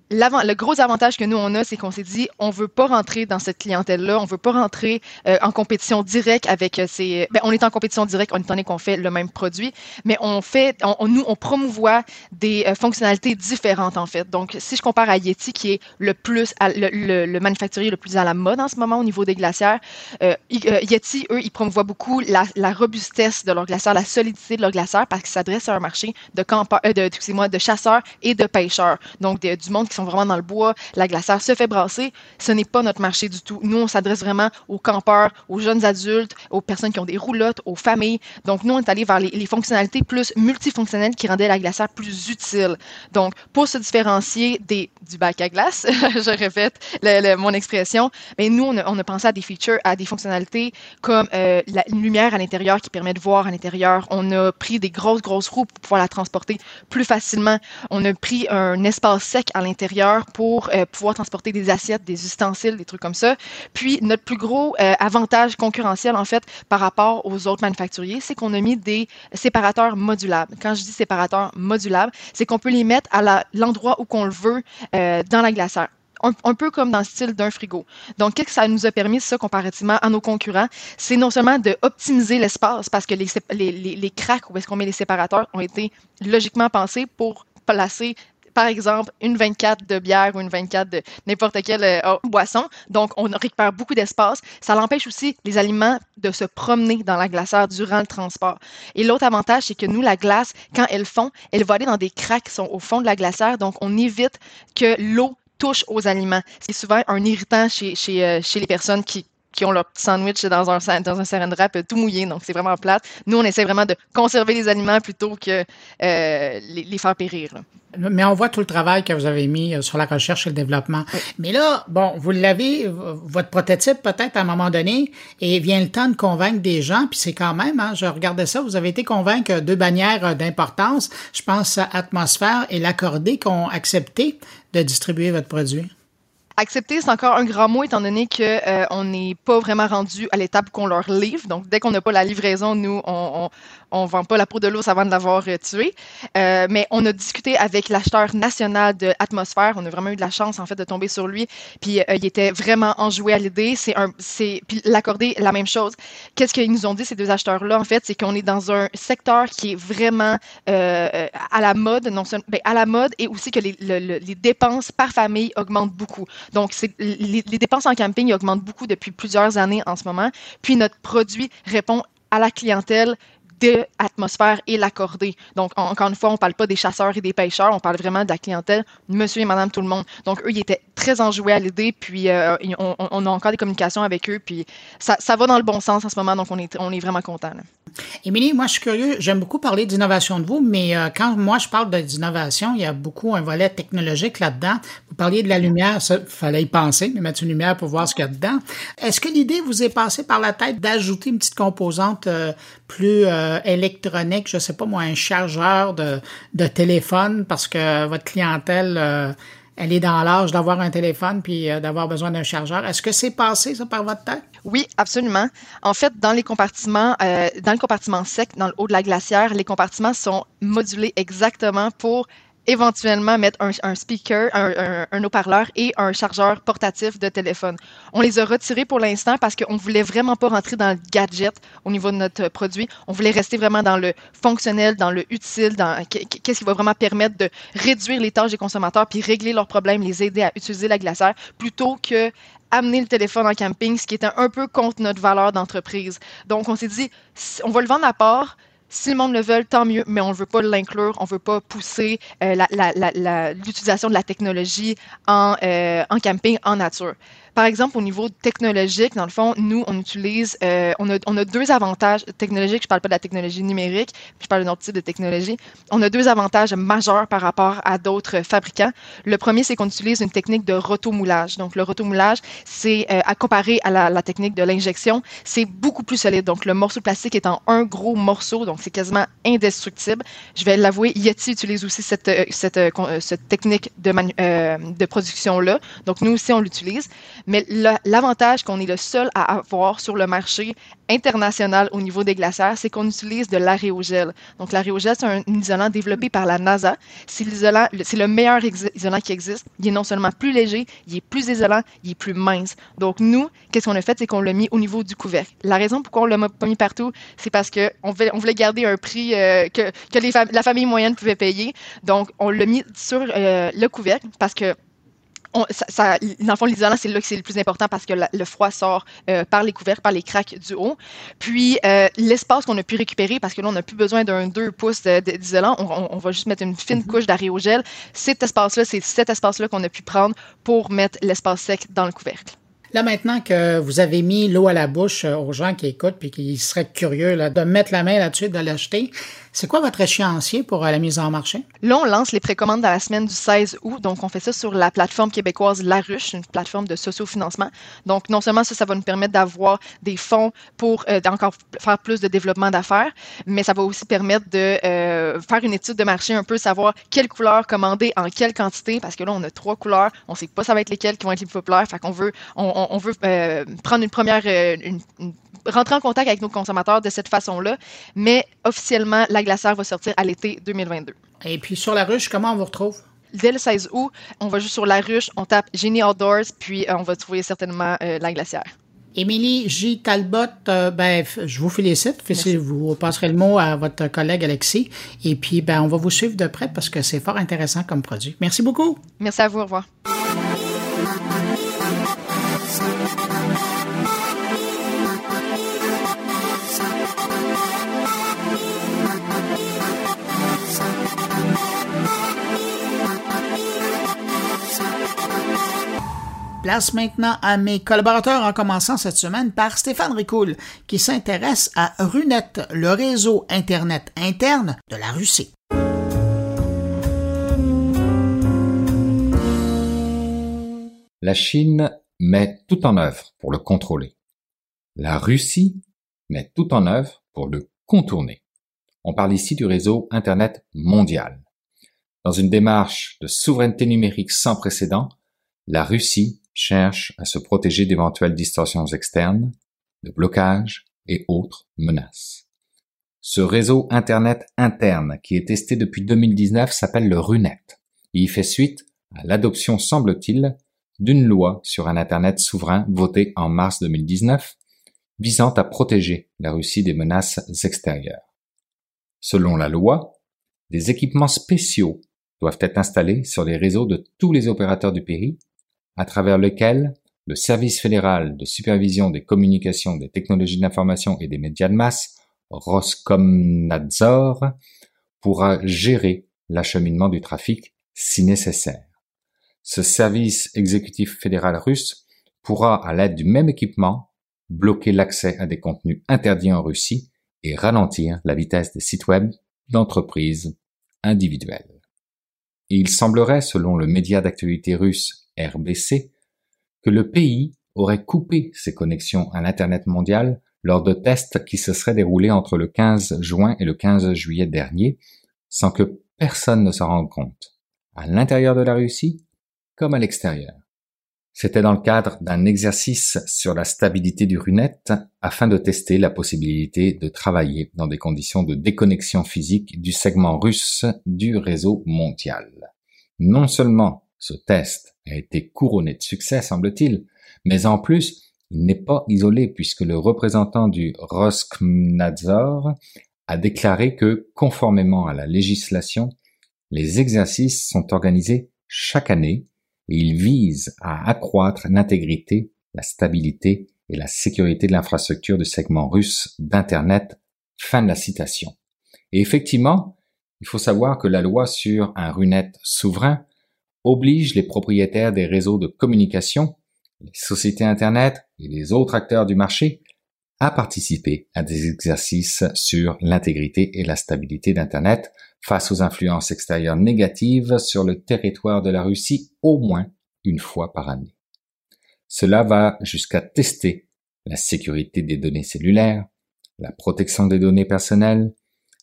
L'avant, le gros avantage que nous, on a, c'est qu'on s'est dit, on veut pas rentrer dans cette clientèle-là, on veut pas rentrer euh, en compétition directe avec ces... Ben, on est en compétition directe, étant donné qu'on fait le même produit, mais on fait, on, on, nous, on promouvoit des euh, fonctionnalités différentes, en fait. Donc, si je compare à Yeti, qui est le plus, à, le, le, le manufacturier le plus à la mode en ce moment au niveau des glacières, euh, Yeti, eux, ils promouvoient beaucoup la, la robustesse de leurs glacières, la solidité de leurs glacières, parce qu'ils s'adressent à un marché de, campa- euh, de, excusez-moi, de chasseurs et de pêcheurs. Donc, de, du monde qui sont vraiment dans le bois, la glacière se fait brasser, ce n'est pas notre marché du tout. Nous, on s'adresse vraiment aux campeurs, aux jeunes adultes, aux personnes qui ont des roulottes, aux familles. Donc, nous, on est allé vers les, les fonctionnalités plus multifonctionnelles qui rendaient la glacière plus utile. Donc, pour se différencier des, du bac à glace, je répète le, le, mon expression, mais nous, on a, on a pensé à des features, à des fonctionnalités comme euh, la, une lumière à l'intérieur qui permet de voir à l'intérieur. On a pris des grosses, grosses roues pour pouvoir la transporter plus facilement. On a pris un espace sec à l'intérieur pour euh, pouvoir transporter des assiettes, des ustensiles, des trucs comme ça. Puis, notre plus gros euh, avantage concurrentiel, en fait, par rapport aux autres manufacturiers, c'est qu'on a mis des séparateurs modulables. Quand je dis séparateurs modulables, c'est qu'on peut les mettre à la, l'endroit où qu'on le veut euh, dans la glacière. Un, un peu comme dans le style d'un frigo. Donc, qu'est-ce que ça nous a permis, ça, comparativement à nos concurrents? C'est non seulement d'optimiser l'espace, parce que les, les, les, les cracks où est-ce qu'on met les séparateurs ont été logiquement pensés pour placer par exemple, une vingt-quatre de bière ou une vingt-quatre de n'importe quelle euh, boisson. Donc, on récupère beaucoup d'espace. Ça l'empêche aussi les aliments de se promener dans la glacière durant le transport. Et l'autre avantage, c'est que nous, la glace, quand elle fond, elle va aller dans des cracks qui sont au fond de la glacière. Donc, on évite que l'eau touche aux aliments. C'est souvent un irritant chez, chez, euh, chez les personnes qui qui ont leur petit sandwich dans un, dans un saran wrap tout mouillé, donc c'est vraiment plate. Nous, on essaie vraiment de conserver les aliments plutôt que euh, les, les faire périr, là. Mais on voit tout le travail que vous avez mis sur la recherche et le développement. Oui. Mais là, bon, vous l'avez, votre prototype peut-être à un moment donné, et vient le temps de convaincre des gens, puis c'est quand même, hein, je regardais ça, vous avez été convaincre deux bannières d'importance, je pense à Atmosphère et l'Accordé, qui ont accepté de distribuer votre produit. Accepter, c'est encore un grand mot étant donné qu'on euh, n'est pas vraiment rendu à l'étape qu'on leur livre. Donc, dès qu'on n'a pas la livraison, nous, on on, on vend pas la peau de l'ours avant de l'avoir euh, tué. Euh, mais on a discuté avec l'acheteur national de Atmosphère. On a vraiment eu de la chance, en fait, de tomber sur lui. Puis, euh, il était vraiment enjoué à l'idée. C'est un, c'est, puis l'Accordé, la même chose. Qu'est-ce qu'ils nous ont dit, ces deux acheteurs-là, en fait? C'est qu'on est dans un secteur qui est vraiment euh, à la mode, non seulement, ben, à la mode, et aussi que les, le, le, les dépenses par famille augmentent beaucoup. Donc, c'est, les, les dépenses en camping augmentent beaucoup depuis plusieurs années en ce moment. Puis, notre produit répond à la clientèle de Atmosphère et l'Accordé. Donc, en, encore une fois, on ne parle pas des chasseurs et des pêcheurs, on parle vraiment de la clientèle, monsieur et madame tout le monde. Donc, eux, ils étaient très enjoués à l'idée, puis euh, on, on a encore des communications avec eux, puis ça, ça va dans le bon sens en ce moment, donc on est, on est vraiment contents. Émilie, moi, je suis curieux, j'aime beaucoup parler d'innovation de vous, mais euh, quand moi, je parle d'innovation, il y a beaucoup un volet technologique là-dedans. Vous parliez de la lumière, il fallait y penser, mais mettre une lumière pour voir ce qu'il y a dedans. Est-ce que l'idée vous est passée par la tête d'ajouter une petite composante euh, plus euh, électronique, je sais pas moi, un chargeur de, de téléphone, parce que votre clientèle, euh, elle est dans l'âge d'avoir un téléphone puis euh, d'avoir besoin d'un chargeur. Est-ce que c'est passé, ça, par votre tête? Oui, absolument. En fait, dans les compartiments, euh, dans le compartiment sec, dans le haut de la glacière, les compartiments sont modulés exactement pour éventuellement mettre un, un speaker, un, un, un haut-parleur et un chargeur portatif de téléphone. On les a retirés pour l'instant parce qu'on ne voulait vraiment pas rentrer dans le gadget au niveau de notre produit. On voulait rester vraiment dans le fonctionnel, dans le utile, dans qu'est-ce qui va vraiment permettre de réduire les tâches des consommateurs puis régler leurs problèmes, les aider à utiliser la glacière plutôt que amener le téléphone en camping, ce qui était un peu contre notre valeur d'entreprise. Donc, on s'est dit, on va le vendre à part. Si le monde le veut, tant mieux, mais on ne veut pas l'inclure, on ne veut pas pousser euh, la, la, la, la, l'utilisation de la technologie en, euh, en camping, en nature. Par exemple, au niveau technologique, dans le fond, nous, on utilise, euh, on, a, on a deux avantages technologiques. Je ne parle pas de la technologie numérique, je parle d'un autre type de technologie. On a deux avantages majeurs par rapport à d'autres fabricants. Le premier, c'est qu'on utilise une technique de rotomoulage. Donc, le rotomoulage, c'est euh, à comparer à la, la technique de l'injection, c'est beaucoup plus solide. Donc, le morceau de plastique est en un gros morceau, donc donc c'est quasiment indestructible. Je vais l'avouer, Yeti utilise aussi cette, cette, cette technique de, manu- euh, de production-là, donc nous aussi on l'utilise, mais le, l'avantage qu'on est le seul à avoir sur le marché international au niveau des glacières, c'est qu'on utilise de l'aréogel. Donc l'aréogel, c'est un, un isolant développé par la NASA. C'est l'isolant, c'est le meilleur ex- isolant qui existe. Il est non seulement plus léger, il est plus isolant, il est plus mince. Donc nous, qu'est-ce qu'on a fait, c'est qu'on l'a mis au niveau du couvercle. La raison pourquoi on l'a pas mis partout, c'est parce que on voulait, on voulait garder un prix euh, que, que les fam- la famille moyenne pouvait payer. Donc on l'a mis sur euh, le couvercle parce que On, ça, ça, dans le fond, l'isolant, c'est là que c'est le plus important parce que la, le froid sort euh, par les couvercles, par les craques du haut. Puis, euh, l'espace qu'on a pu récupérer, parce que là, on n'a plus besoin d'un deux pouces de, de, d'isolant, on, on, on va juste mettre une fine mm-hmm. couche d'aréogel. Cet espace-là, c'est cet espace-là qu'on a pu prendre pour mettre l'espace sec dans le couvercle. Là, maintenant que vous avez mis l'eau à la bouche aux gens qui écoutent puis qui seraient curieux là, de mettre la main là-dessus, de l'acheter, c'est quoi votre échéancier pour la mise en marché? Là, on lance les précommandes dans la semaine du seize août. Donc, on fait ça sur la plateforme québécoise La Ruche, une plateforme de sociofinancement. Donc, non seulement ça, ça va nous permettre d'avoir des fonds pour euh, encore faire plus de développement d'affaires, mais ça va aussi permettre de euh, faire une étude de marché, un peu savoir quelle couleur commander en quelle quantité, parce que là, on a trois couleurs. On ne sait pas ça va être lesquelles qui vont être les plus populaires. Fait qu'on veut, on, on veut euh, prendre une première, euh, une, une rentrer en contact avec nos consommateurs de cette façon-là, mais officiellement, la glacière va sortir à l'été deux mille vingt-deux. Et puis sur La Ruche, comment on vous retrouve? Dès le seize août, on va juste sur La Ruche, on tape Génie Outdoors, puis euh, on va trouver certainement euh, la glacière. Émilie J. Talbot, euh, ben, je vous félicite. Merci. Vous passerez le mot à votre collègue Alexis. Et puis, ben, on va vous suivre de près parce que c'est fort intéressant comme produit. Merci beaucoup. Merci à vous. Au revoir. Place maintenant à mes collaborateurs en commençant cette semaine par Stéphane Ricoul qui s'intéresse à RUNET, le réseau Internet interne de la Russie. La Chine met tout en œuvre pour le contrôler. La Russie met tout en œuvre pour le contourner. On parle ici du réseau Internet mondial. Dans une démarche de souveraineté numérique sans précédent, la Russie cherche à se protéger d'éventuelles distorsions externes, de blocages et autres menaces. Ce réseau Internet interne qui est testé depuis deux mille dix-neuf s'appelle le RUNET. Il fait suite à l'adoption, semble-t-il, d'une loi sur un Internet souverain votée en mars deux mille dix-neuf, visant à protéger la Russie des menaces extérieures. Selon la loi, des équipements spéciaux doivent être installés sur les réseaux de tous les opérateurs du pays, à travers lequel le Service fédéral de supervision des communications, des technologies de l'information et des médias de masse, Roskomnadzor, pourra gérer l'acheminement du trafic si nécessaire. Ce service exécutif fédéral russe pourra, à l'aide du même équipement, bloquer l'accès à des contenus interdits en Russie et ralentir la vitesse des sites web d'entreprises individuelles. Et il semblerait, selon le média d'actualité russe R B C, que le pays aurait coupé ses connexions à l'Internet mondial lors de tests qui se seraient déroulés entre le quinze juin et le quinze juillet dernier, sans que personne ne s'en rende compte, à l'intérieur de la Russie comme à l'extérieur. C'était dans le cadre d'un exercice sur la stabilité du RUNET afin de tester la possibilité de travailler dans des conditions de déconnexion physique du segment russe du réseau mondial. Non seulement ce test a été couronné de succès, semble-t-il, mais en plus, il n'est pas isolé puisque le représentant du Roskomnadzor a déclaré que, conformément à la législation, les exercices sont organisés chaque année et ils visent à accroître l'intégrité, la stabilité et la sécurité de l'infrastructure du segment russe d'Internet. Fin de la citation. Et effectivement, il faut savoir que la loi sur un RUNET souverain oblige les propriétaires des réseaux de communication, les sociétés Internet et les autres acteurs du marché à participer à des exercices sur l'intégrité et la stabilité d'Internet face aux influences extérieures négatives sur le territoire de la Russie au moins une fois par année. Cela va jusqu'à tester la sécurité des données cellulaires, la protection des données personnelles,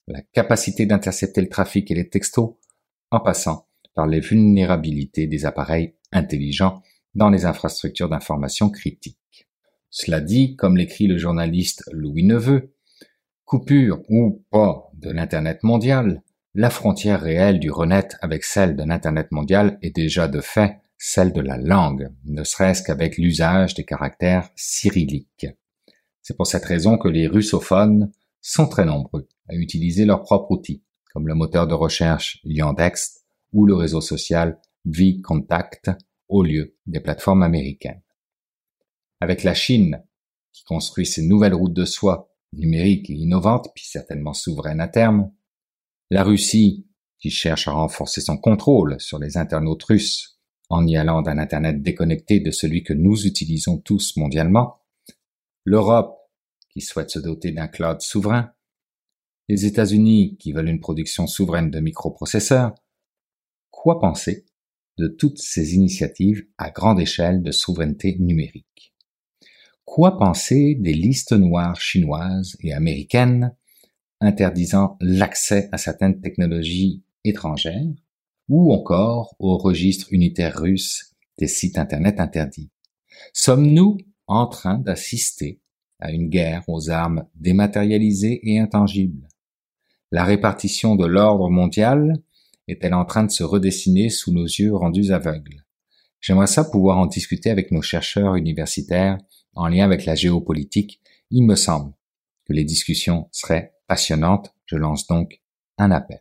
la capacité d'intercepter le trafic et les textos, en passant par les vulnérabilités des appareils intelligents dans les infrastructures d'information critiques. Cela dit, comme l'écrit le journaliste Louis Neveu, coupure ou pas de l'Internet mondial, la frontière réelle du Renet avec celle de l'Internet mondial est déjà de fait celle de la langue, ne serait-ce qu'avec l'usage des caractères cyrilliques. C'est pour cette raison que les russophones sont très nombreux à utiliser leurs propres outils, comme le moteur de recherche Yandex ou le réseau social VKontakte au lieu des plateformes américaines. Avec la Chine, qui construit ses nouvelles routes de soie numériques et innovantes, puis certainement souveraines à terme, la Russie, qui cherche à renforcer son contrôle sur les internautes russes en y allant d'un Internet déconnecté de celui que nous utilisons tous mondialement, l'Europe, qui souhaite se doter d'un cloud souverain, les États-Unis, qui veulent une production souveraine de microprocesseurs, quoi penser de toutes ces initiatives à grande échelle de souveraineté numérique? Quoi penser des listes noires chinoises et américaines interdisant l'accès à certaines technologies étrangères, ou encore au registre unitaire russe des sites Internet interdits? Sommes-nous en train d'assister à une guerre aux armes dématérialisées et intangibles? La répartition de l'ordre mondial est-elle en train de se redessiner sous nos yeux rendus aveugles? J'aimerais ça pouvoir en discuter avec nos chercheurs universitaires en lien avec la géopolitique. Il me semble que les discussions seraient passionnantes. Je lance donc un appel.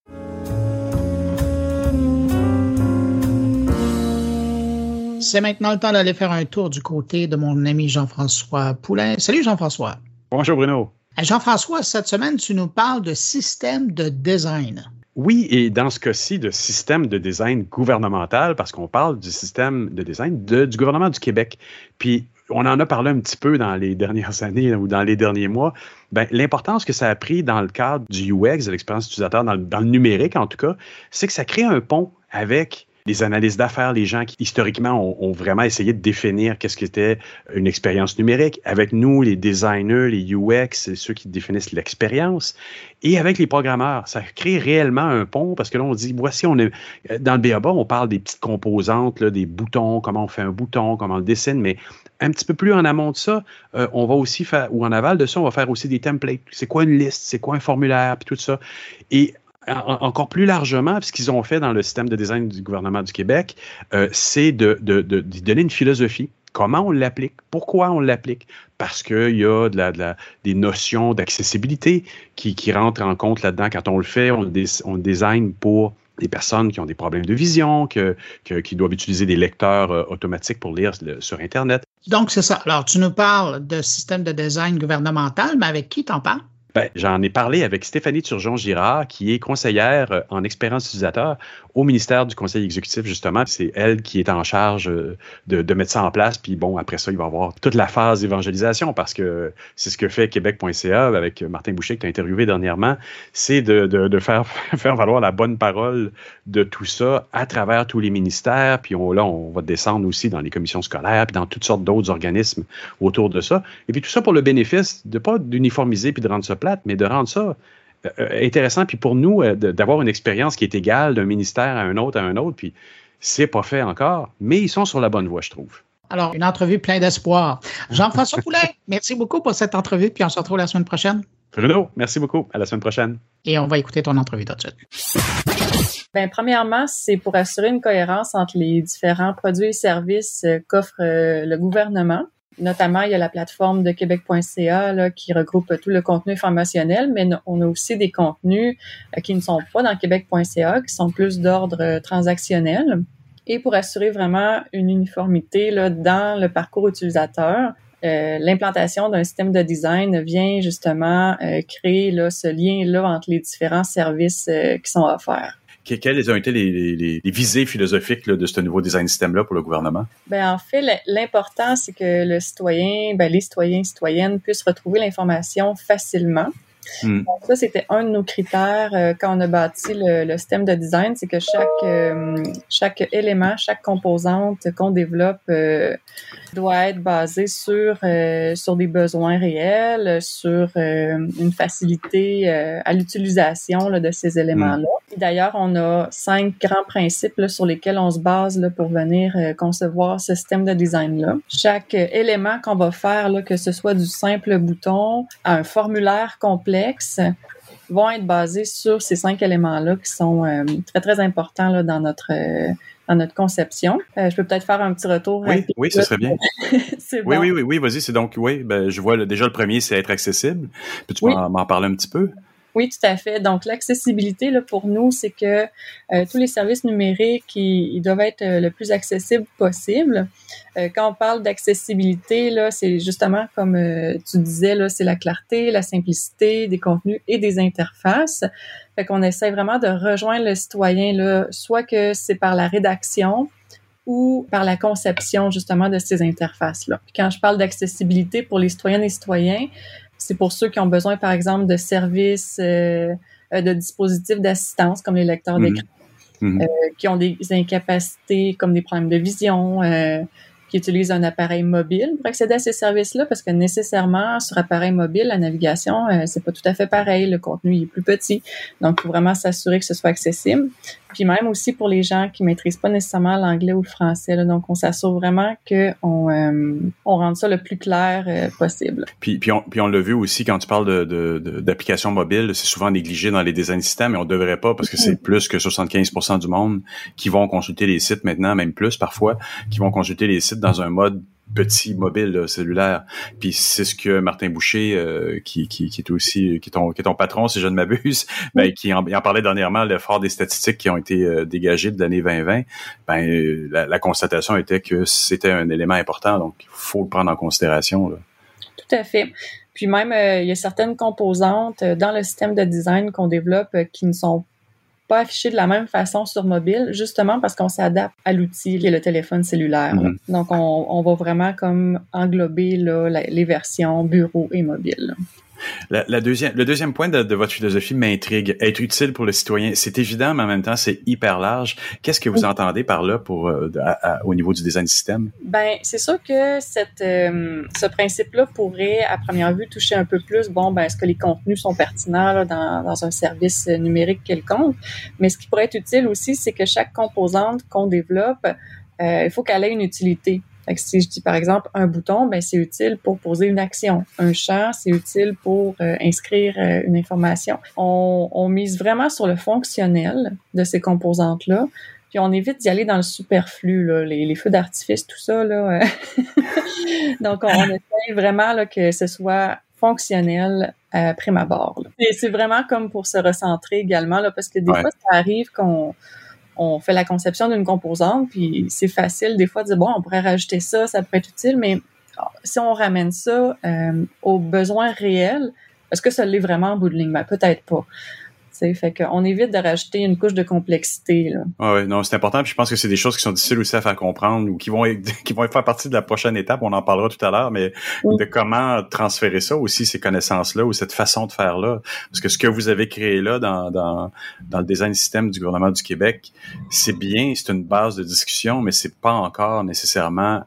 C'est maintenant le temps d'aller faire un tour du côté de mon ami Jean-François Poulain. Salut Jean-François. Bonjour Bruno. Jean-François, cette semaine, tu nous parles de système de design. Oui, et dans ce cas-ci, de système de design gouvernemental, parce qu'on parle du système de design de, du gouvernement du Québec. Puis, on en a parlé un petit peu dans les dernières années ou dans les derniers mois. Bien, l'importance que ça a pris dans le cadre du U X, de l'expérience utilisateur, dans le, dans le numérique en tout cas, c'est que ça crée un pont avec les analystes d'affaires, les gens qui, historiquement, ont, ont vraiment essayé de définir qu'est-ce qu'était une expérience numérique. Avec nous, les designers, les U X, c'est ceux qui définissent l'expérience. Et avec les programmeurs, ça crée réellement un pont parce que là, on dit, voici, on est dans le B A B A, on parle des petites composantes, là, des boutons, comment on fait un bouton, comment on le dessine, mais un petit peu plus en amont de ça, euh, on va aussi faire, ou en aval de ça, on va faire aussi des templates. C'est quoi une liste? C'est quoi un formulaire? Puis tout ça. Et encore plus largement, ce qu'ils ont fait dans le système de design du gouvernement du Québec, euh, c'est de, de, de, de donner une philosophie. Comment on l'applique? Pourquoi on l'applique? Parce qu'il y a de la, de la, des notions d'accessibilité qui, qui rentrent en compte là-dedans. Quand on le fait, on, dé, on design pour des personnes qui ont des problèmes de vision, que, que, qui doivent utiliser des lecteurs euh, automatiques pour lire le, sur Internet. Donc, c'est ça. Alors, tu nous parles de système de design gouvernemental, mais avec qui t'en parles? Ben, j'en ai parlé avec Stéphanie Turgeon-Girard, qui est conseillère en expérience utilisateur au ministère du Conseil exécutif, justement. C'est elle qui est en charge de, de mettre ça en place. Puis bon, après ça, il va y avoir toute la phase d'évangélisation parce que c'est ce que fait Québec point C A avec Martin Boucher, que tu as interviewé dernièrement. C'est de, de, de faire, faire valoir la bonne parole de tout ça à travers tous les ministères. Puis on, là, on va descendre aussi dans les commissions scolaires puis dans toutes sortes d'autres organismes autour de ça. Et puis tout ça pour le bénéfice de pas d'uniformiser puis de rendre ça plate, mais de rendre ça euh, intéressant, puis pour nous, euh, de, d'avoir une expérience qui est égale d'un ministère à un autre, à un autre, puis c'est pas fait encore, mais ils sont sur la bonne voie, je trouve. Alors, une entrevue pleine d'espoir. Jean-François Poulain, merci beaucoup pour cette entrevue, puis on se retrouve la semaine prochaine. Bruno, merci beaucoup. À la semaine prochaine. Et on va écouter ton entrevue tout de suite. Bien, premièrement, c'est pour assurer une cohérence entre les différents produits et services euh, qu'offre euh, le gouvernement. Notamment, il y a la plateforme de Québec point C A là, qui regroupe tout le contenu informationnel, mais on a aussi des contenus euh, qui ne sont pas dans Québec point C A, qui sont plus d'ordre euh, transactionnel. Et pour assurer vraiment une uniformité là, dans le parcours utilisateur, euh, l'implantation d'un système de design vient justement euh, créer là, ce lien-là entre les différents services euh, qui sont offerts. Quelles ont été les, les, les visées philosophiques là, de ce nouveau design système-là pour le gouvernement? Ben en fait, l'important, c'est que le citoyen, ben les citoyens et citoyennes puissent retrouver l'information facilement. Mm. Donc ça, c'était un de nos critères euh, quand on a bâti le, le système de design, c'est que chaque euh, chaque élément, chaque composante qu'on développe euh, doit être basé sur euh, sur des besoins réels, sur euh, une facilité euh, à l'utilisation là, de ces éléments-là. Mm. Et d'ailleurs, on a cinq grands principes là, sur lesquels on se base là, pour venir euh, concevoir ce système de design-là. Chaque euh, élément qu'on va faire, là, que ce soit du simple bouton à un formulaire complexe, vont être basés sur ces cinq éléments-là qui sont euh, très, très importants là, dans notre euh, dans notre conception. Euh, je peux peut-être faire un petit retour. Oui, rapide, oui, ce serait bien. C'est oui, bon. oui, oui, oui, vas-y. C'est donc, oui, ben, je vois là, déjà le premier, c'est être accessible. Peux-tu oui. m'en, m'en parler un petit peu? Oui, tout à fait. Donc, l'accessibilité, là, pour nous, c'est que euh, tous les services numériques, ils, ils doivent être euh, le plus accessibles possible. Euh, quand on parle d'accessibilité, là, c'est justement, comme euh, tu disais, là, c'est la clarté, la simplicité des contenus et des interfaces. Fait qu'on essaie vraiment de rejoindre le citoyen, là, soit que c'est par la rédaction ou par la conception, justement, de ces interfaces-là. Puis quand je parle d'accessibilité pour les citoyennes et citoyens, c'est pour ceux qui ont besoin, par exemple, de services, euh, de dispositifs d'assistance comme les lecteurs d'écran, mmh. euh, qui ont des incapacités comme des problèmes de vision, euh, qui utilisent un appareil mobile pour accéder à ces services-là, parce que nécessairement, sur appareil mobile, la navigation, euh, c'est pas tout à fait pareil. Le contenu est plus petit. Donc, il faut vraiment s'assurer que ce soit accessible. Puis même aussi pour les gens qui maîtrisent pas nécessairement l'anglais ou le français. Là, donc, on s'assure vraiment qu'on euh, on rende ça le plus clair euh, possible. Puis, puis, on, puis on l'a vu aussi quand tu parles de, de, de, d'applications mobiles, c'est souvent négligé dans les design systèmes et on devrait pas parce que c'est plus que soixante-quinze pour cent du monde qui vont consulter les sites maintenant, même plus parfois, qui vont consulter les sites dans un mode petit mobile là, cellulaire. Puis c'est ce que Martin Boucher, euh, qui, qui, qui est aussi qui est ton, qui est ton patron, si je ne m'abuse, ben, qui en, il en parlait dernièrement, l'effort des statistiques qui ont été euh, dégagées de l'année vingt vingt. Ben euh, la, la constatation était que c'était un élément important, donc il faut le prendre en considération. Là. Tout à fait. Puis même, euh, il y a certaines composantes euh, dans le système de design qu'on développe euh, qui ne sont pas affiché de la même façon sur mobile, justement parce qu'on s'adapte à l'outil qui est le téléphone cellulaire. Mm-hmm. Donc, on, on va vraiment comme englober là, la, les versions bureau et mobile. Là. La, la deuxième, le deuxième point de, de votre philosophie m'intrigue. Être utile pour le citoyen, c'est évident, mais en même temps, c'est hyper large. Qu'est-ce que vous oui. entendez par là pour euh, à, à, au niveau du design système? Ben, c'est sûr que cette, euh, ce principe-là pourrait, à première vue, toucher un peu plus. Bon, ben, est-ce que les contenus sont pertinents là, dans, dans un service numérique quelconque? Mais ce qui pourrait être utile aussi, c'est que chaque composante qu'on développe, euh, il faut qu'elle ait une utilité. Fait que si je dis par exemple un bouton, ben c'est utile pour poser une action. Un champ, c'est utile pour euh, inscrire euh, une information. On, on mise vraiment sur le fonctionnel de ces composantes-là. Puis on évite d'y aller dans le superflu, là, les, les feux d'artifice, tout ça. Là. Donc on, on essaie vraiment là, que ce soit fonctionnel à prime abord. Là. Et c'est vraiment comme pour se recentrer également, là, parce que des ouais. fois, ça arrive qu'on on fait la conception d'une composante, puis c'est facile des fois de dire, bon, on pourrait rajouter ça, ça pourrait être utile, mais si on ramène ça euh, aux besoins réels, est-ce que ça l'est vraiment en bout de ligne? Ben, peut-être pas. T'sais, fait qu'on évite de rajouter une couche de complexité. Là. Ah oui, non, c'est important. Puis je pense que c'est des choses qui sont difficiles aussi à faire comprendre ou qui vont qui vont faire partie de la prochaine étape. On en parlera tout à l'heure, mais oui. de comment transférer ça aussi, ces connaissances-là ou cette façon de faire-là. Parce que ce que vous avez créé là dans dans dans le design système du gouvernement du Québec, c'est bien, c'est une base de discussion, mais c'est pas encore nécessairement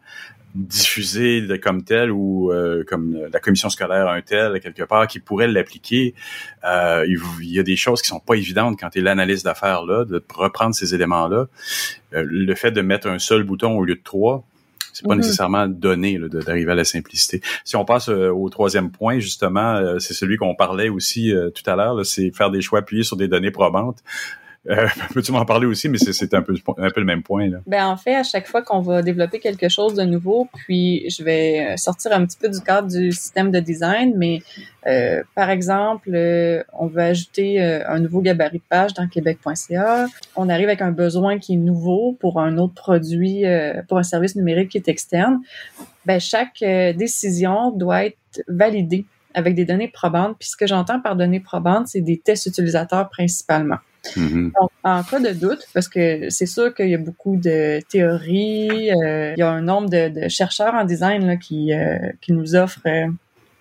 diffusé de, comme tel ou euh, comme la commission scolaire un tel quelque part qui pourrait l'appliquer. Euh, il, il y a des choses qui sont pas évidentes quand tu es l'analyste d'affaires là, de reprendre ces éléments-là. Euh, le fait de mettre un seul bouton au lieu de trois, c'est pas mm-hmm. nécessairement donné là, de, d'arriver à la simplicité. Si on passe euh, au troisième point, justement, euh, c'est celui qu'on parlait aussi euh, tout à l'heure, là, c'est faire des choix appuyés sur des données probantes. Euh, peux-tu m'en parler aussi, mais c'est, c'est un peu, un peu le même point, là. Ben, en fait, à chaque fois qu'on va développer quelque chose de nouveau, puis je vais sortir un petit peu du cadre du système de design, mais euh, par exemple, euh, on veut ajouter euh, un nouveau gabarit de page dans québec point c a. On arrive avec un besoin qui est nouveau pour un autre produit, euh, pour un service numérique qui est externe. Ben, chaque euh, décision doit être validée avec des données probantes. Puis ce que j'entends par données probantes, c'est des tests utilisateurs principalement. Mm-hmm. Donc, en cas de doute, parce que c'est sûr qu'il y a beaucoup de théories, euh, il y a un nombre de, de chercheurs en design là, qui, euh, qui nous offrent euh,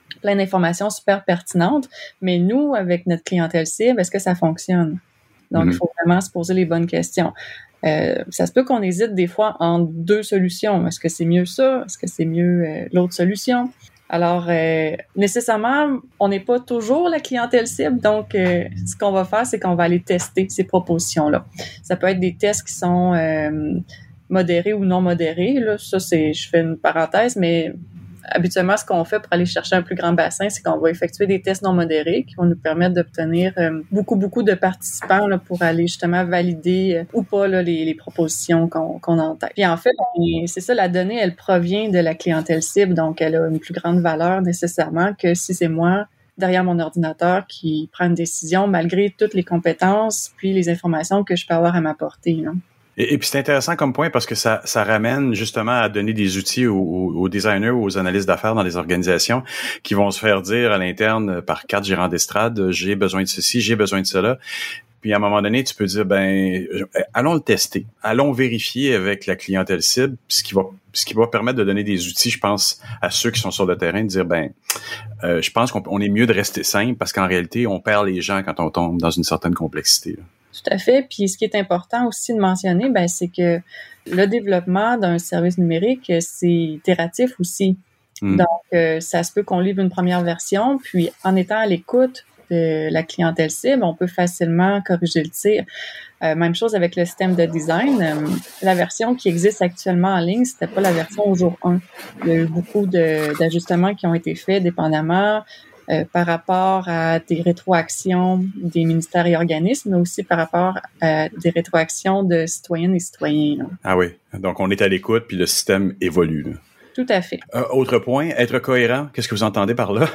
plein d'informations super pertinentes. Mais nous, avec notre clientèle cible, est-ce que ça fonctionne? Donc, il mm-hmm. faut vraiment se poser les bonnes questions. Euh, ça se peut qu'on hésite des fois entre deux solutions. Est-ce que c'est mieux ça? Est-ce que c'est mieux euh, l'autre solution? Alors, euh, nécessairement, on n'est pas toujours la clientèle cible. Donc, euh, ce qu'on va faire, c'est qu'on va aller tester ces propositions-là. Ça peut être des tests qui sont euh, modérés ou non modérés. Là. Ça, c'est, je fais une parenthèse, mais habituellement, ce qu'on fait pour aller chercher un plus grand bassin, c'est qu'on va effectuer des tests non modérés qui vont nous permettre d'obtenir euh, beaucoup, beaucoup de participants là, pour aller justement valider euh, ou pas là, les, les propositions qu'on, qu'on a en tête. Puis en fait, c'est ça, la donnée, elle provient de la clientèle cible, donc elle a une plus grande valeur nécessairement que si c'est moi derrière mon ordinateur qui prend une décision malgré toutes les compétences puis les informations que je peux avoir à m'apporter. Là. Et, et puis c'est intéressant comme point parce que ça, ça ramène justement à donner des outils aux, aux designers ou aux analystes d'affaires dans les organisations qui vont se faire dire à l'interne par quatre gérants d'estrade, j'ai besoin de ceci, j'ai besoin de cela. Puis à un moment donné, tu peux dire, ben, allons le tester, allons vérifier avec la clientèle cible, ce qui va, ce qui va permettre de donner des outils, je pense, à ceux qui sont sur le terrain, de dire, ben, euh, je pense qu'on on est mieux de rester simple parce qu'en réalité, on perd les gens quand on tombe dans une certaine complexité. Là. Tout à fait. Puis ce qui est important aussi de mentionner, ben, c'est que le développement d'un service numérique, c'est itératif aussi. Mm. Donc, euh, ça se peut qu'on livre une première version, puis en étant à l'écoute de la clientèle cible, on peut facilement corriger le tir. Euh, même chose avec le système de design. Euh, la version qui existe actuellement en ligne, c'était pas la version au jour un. Il y a eu beaucoup de, d'ajustements qui ont été faits dépendamment Euh, par rapport à des rétroactions des ministères et organismes, mais aussi par rapport à des rétroactions de citoyennes et citoyens. Là. Ah oui, donc on est à l'écoute, puis le système évolue. Là. Tout à fait. Euh, autre point, être cohérent, qu'est-ce que vous entendez par là?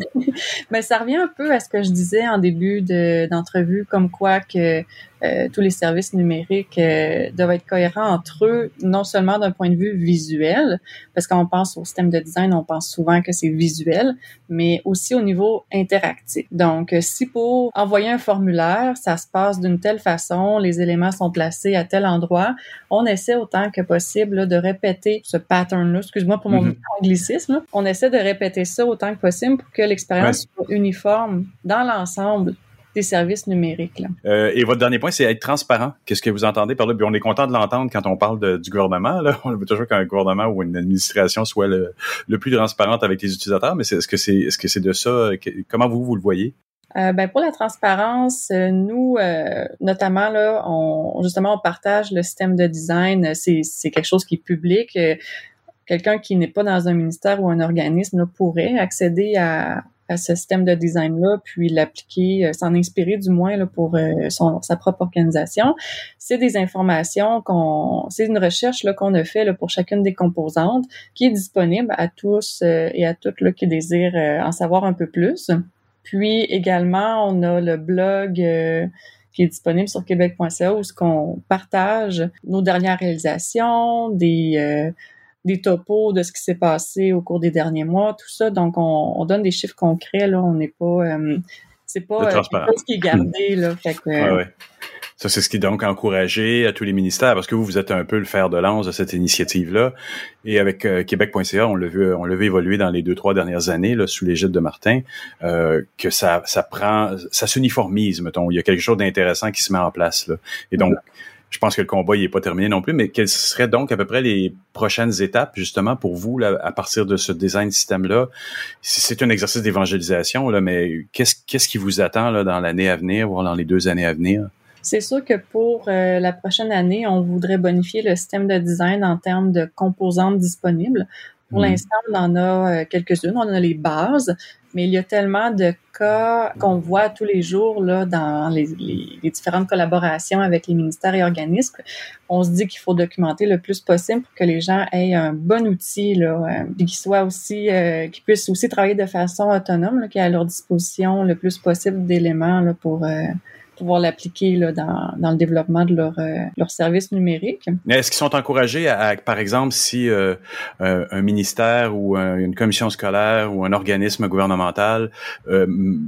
Ben, ça revient un peu à ce que je disais en début de, d'entrevue, comme quoi que euh, tous les services numériques euh, doivent être cohérents entre eux, non seulement d'un point de vue visuel, parce qu'on pense au système de design, on pense souvent que c'est visuel, mais aussi au niveau interactif. Donc, si pour envoyer un formulaire, ça se passe d'une telle façon, les éléments sont placés à tel endroit, on essaie autant que possible là, de répéter ce pattern-là, excuse-moi pour mon mm-hmm. anglicisme, là. On essaie de répéter ça autant que possible pour que l'expérience ouais. soit uniforme dans l'ensemble des services numériques. Là. Euh, et votre dernier point, c'est être transparent. Qu'est-ce que vous entendez par là? Puis on est content de l'entendre quand on parle de, du gouvernement. Là. On veut toujours qu'un gouvernement ou une administration soit le, le plus transparente avec les utilisateurs, mais c'est, est-ce que c'est, est-ce que c'est de ça? Que, comment vous, vous le voyez? Euh, ben pour la transparence, nous, euh, notamment, là, on, justement, on partage le système de design. C'est, c'est quelque chose qui est public. Euh, quelqu'un qui n'est pas dans un ministère ou un organisme là, pourrait accéder à à ce système de design-là, puis l'appliquer, euh, s'en inspirer du moins là, pour euh, son, sa propre organisation. C'est des informations qu'on... C'est une recherche là, qu'on a fait là, pour chacune des composantes qui est disponible à tous euh, et à toutes là, qui désirent euh, en savoir un peu plus. Puis également, on a le blog euh, qui est disponible sur québec point c a où ce qu'on partage nos dernières réalisations, des... Euh, des topos de ce qui s'est passé au cours des derniers mois, tout ça. Donc, on, on donne des chiffres concrets, là. On n'est pas... Euh, c'est pas euh, quelque chose qui est gardé, là. Fait que, ouais, ouais. Ça, c'est ce qui est donc encouragé à tous les ministères, parce que vous, vous êtes un peu le fer de lance de cette initiative-là. Et avec euh, québec point c a, on l'a vu, on l'a vu évoluer dans les deux, trois dernières années, là, sous l'égide de Martin, euh, que ça, ça prend... Ça s'uniformise, mettons. Il y a quelque chose d'intéressant qui se met en place, là. Et donc... Ouais. Je pense que le combat il est pas terminé non plus, mais quelles seraient donc à peu près les prochaines étapes justement pour vous là, à partir de ce design système-là? C'est un exercice d'évangélisation, là, mais qu'est-ce, qu'est-ce qui vous attend là, dans l'année à venir, voire dans les deux années à venir? C'est sûr que pour euh, la prochaine année, on voudrait bonifier le système de design en termes de composantes disponibles. Pour mmh. l'instant, on en a quelques-unes, on a les bases, mais il y a tellement de cas qu'on voit tous les jours là dans les, les, les différentes collaborations avec les ministères et organismes. On se dit qu'il faut documenter le plus possible pour que les gens aient un bon outil là, euh, puis qu'ils soient aussi, euh, qu'ils puissent aussi travailler de façon autonome, là, qu'il y ait à leur disposition le plus possible d'éléments là pour euh, pouvoir l'appliquer là, dans, dans le développement de leur, euh, leur service numérique. Est-ce qu'ils sont encouragés à, à par exemple, si euh, euh, un ministère ou un, une commission scolaire ou un organisme gouvernemental euh,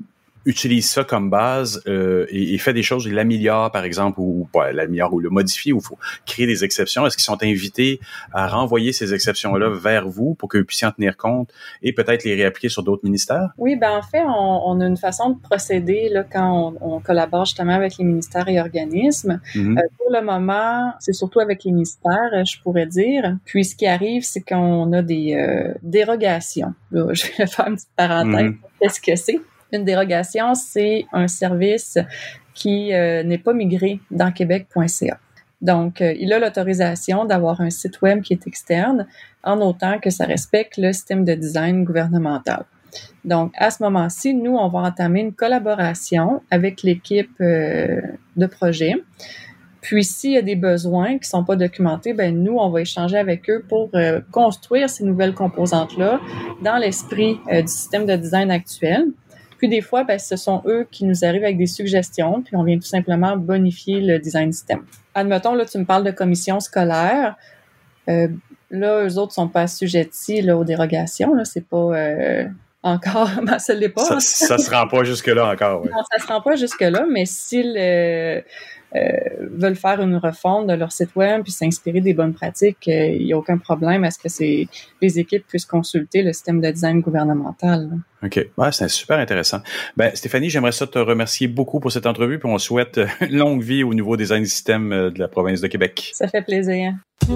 utilise ça comme base euh, et, et fait des choses, il l'améliore, par exemple, ou, ou pas l'améliore ou le modifie, ou il faut créer des exceptions. Est-ce qu'ils sont invités à renvoyer ces exceptions-là vers vous pour que vous puissiez en tenir compte et peut-être les réappliquer sur d'autres ministères? Oui, ben en fait, on, on a une façon de procéder là, quand on, on collabore justement avec les ministères et organismes. Mm-hmm. Euh, pour le moment, c'est surtout avec les ministères, je pourrais dire. Puis ce qui arrive, c'est qu'on a des euh, dérogations. Là, je vais faire une petite parenthèse. Mm-hmm. Qu'est-ce que c'est? Une dérogation, c'est un service qui euh, n'est pas migré dans québec point c a. Donc, euh, il a l'autorisation d'avoir un site web qui est externe, en autant que ça respecte le système de design gouvernemental. Donc, à ce moment-ci, nous, on va entamer une collaboration avec l'équipe euh, de projet. Puis, s'il y a des besoins qui sont pas documentés, ben nous, on va échanger avec eux pour euh, construire ces nouvelles composantes-là dans l'esprit euh, du système de design actuel. Puis, des fois, ben, ce sont eux qui nous arrivent avec des suggestions, puis on vient tout simplement bonifier le design système. Admettons, là, tu me parles de commission scolaire. Euh, là, eux autres sont pas assujettis là, aux dérogations. Là, c'est pas euh, encore, ben, ça l'est pas. Ça, ça se rend pas jusque-là encore. Ouais. Non, ça se rend pas jusque-là, mais s'ils euh, euh, veulent faire une refonte de leur site web puis s'inspirer des bonnes pratiques, il euh, n'y a aucun problème à ce que c'est, les équipes puissent consulter le système de design gouvernemental. Là. OK. Ouais, c'est super intéressant. Ben, Stéphanie, j'aimerais ça te remercier beaucoup pour cette entrevue, puis on souhaite une longue vie au nouveau design système de la province de Québec. Ça fait plaisir.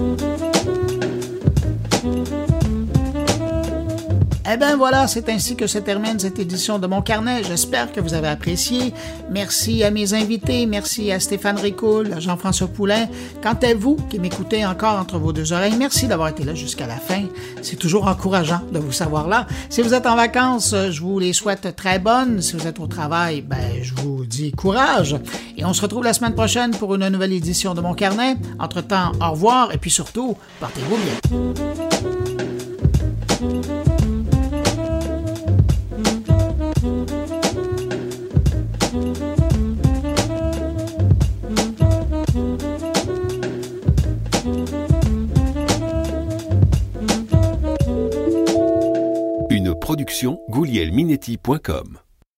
Eh bien voilà, c'est ainsi que se termine cette édition de Mon Carnet. J'espère que vous avez apprécié. Merci à mes invités, merci à Stéphane Ricoul, à Jean-François Poulain. Quant à vous qui m'écoutez encore entre vos deux oreilles, merci d'avoir été là jusqu'à la fin. C'est toujours encourageant de vous savoir là. Si vous êtes en vacances, je vous les souhaite très bonnes. Si vous êtes au travail, ben je vous dis courage. Et on se retrouve la semaine prochaine pour une nouvelle édition de Mon Carnet. Entre-temps, au revoir et puis surtout, portez-vous bien. Production Gouliel Minetti point com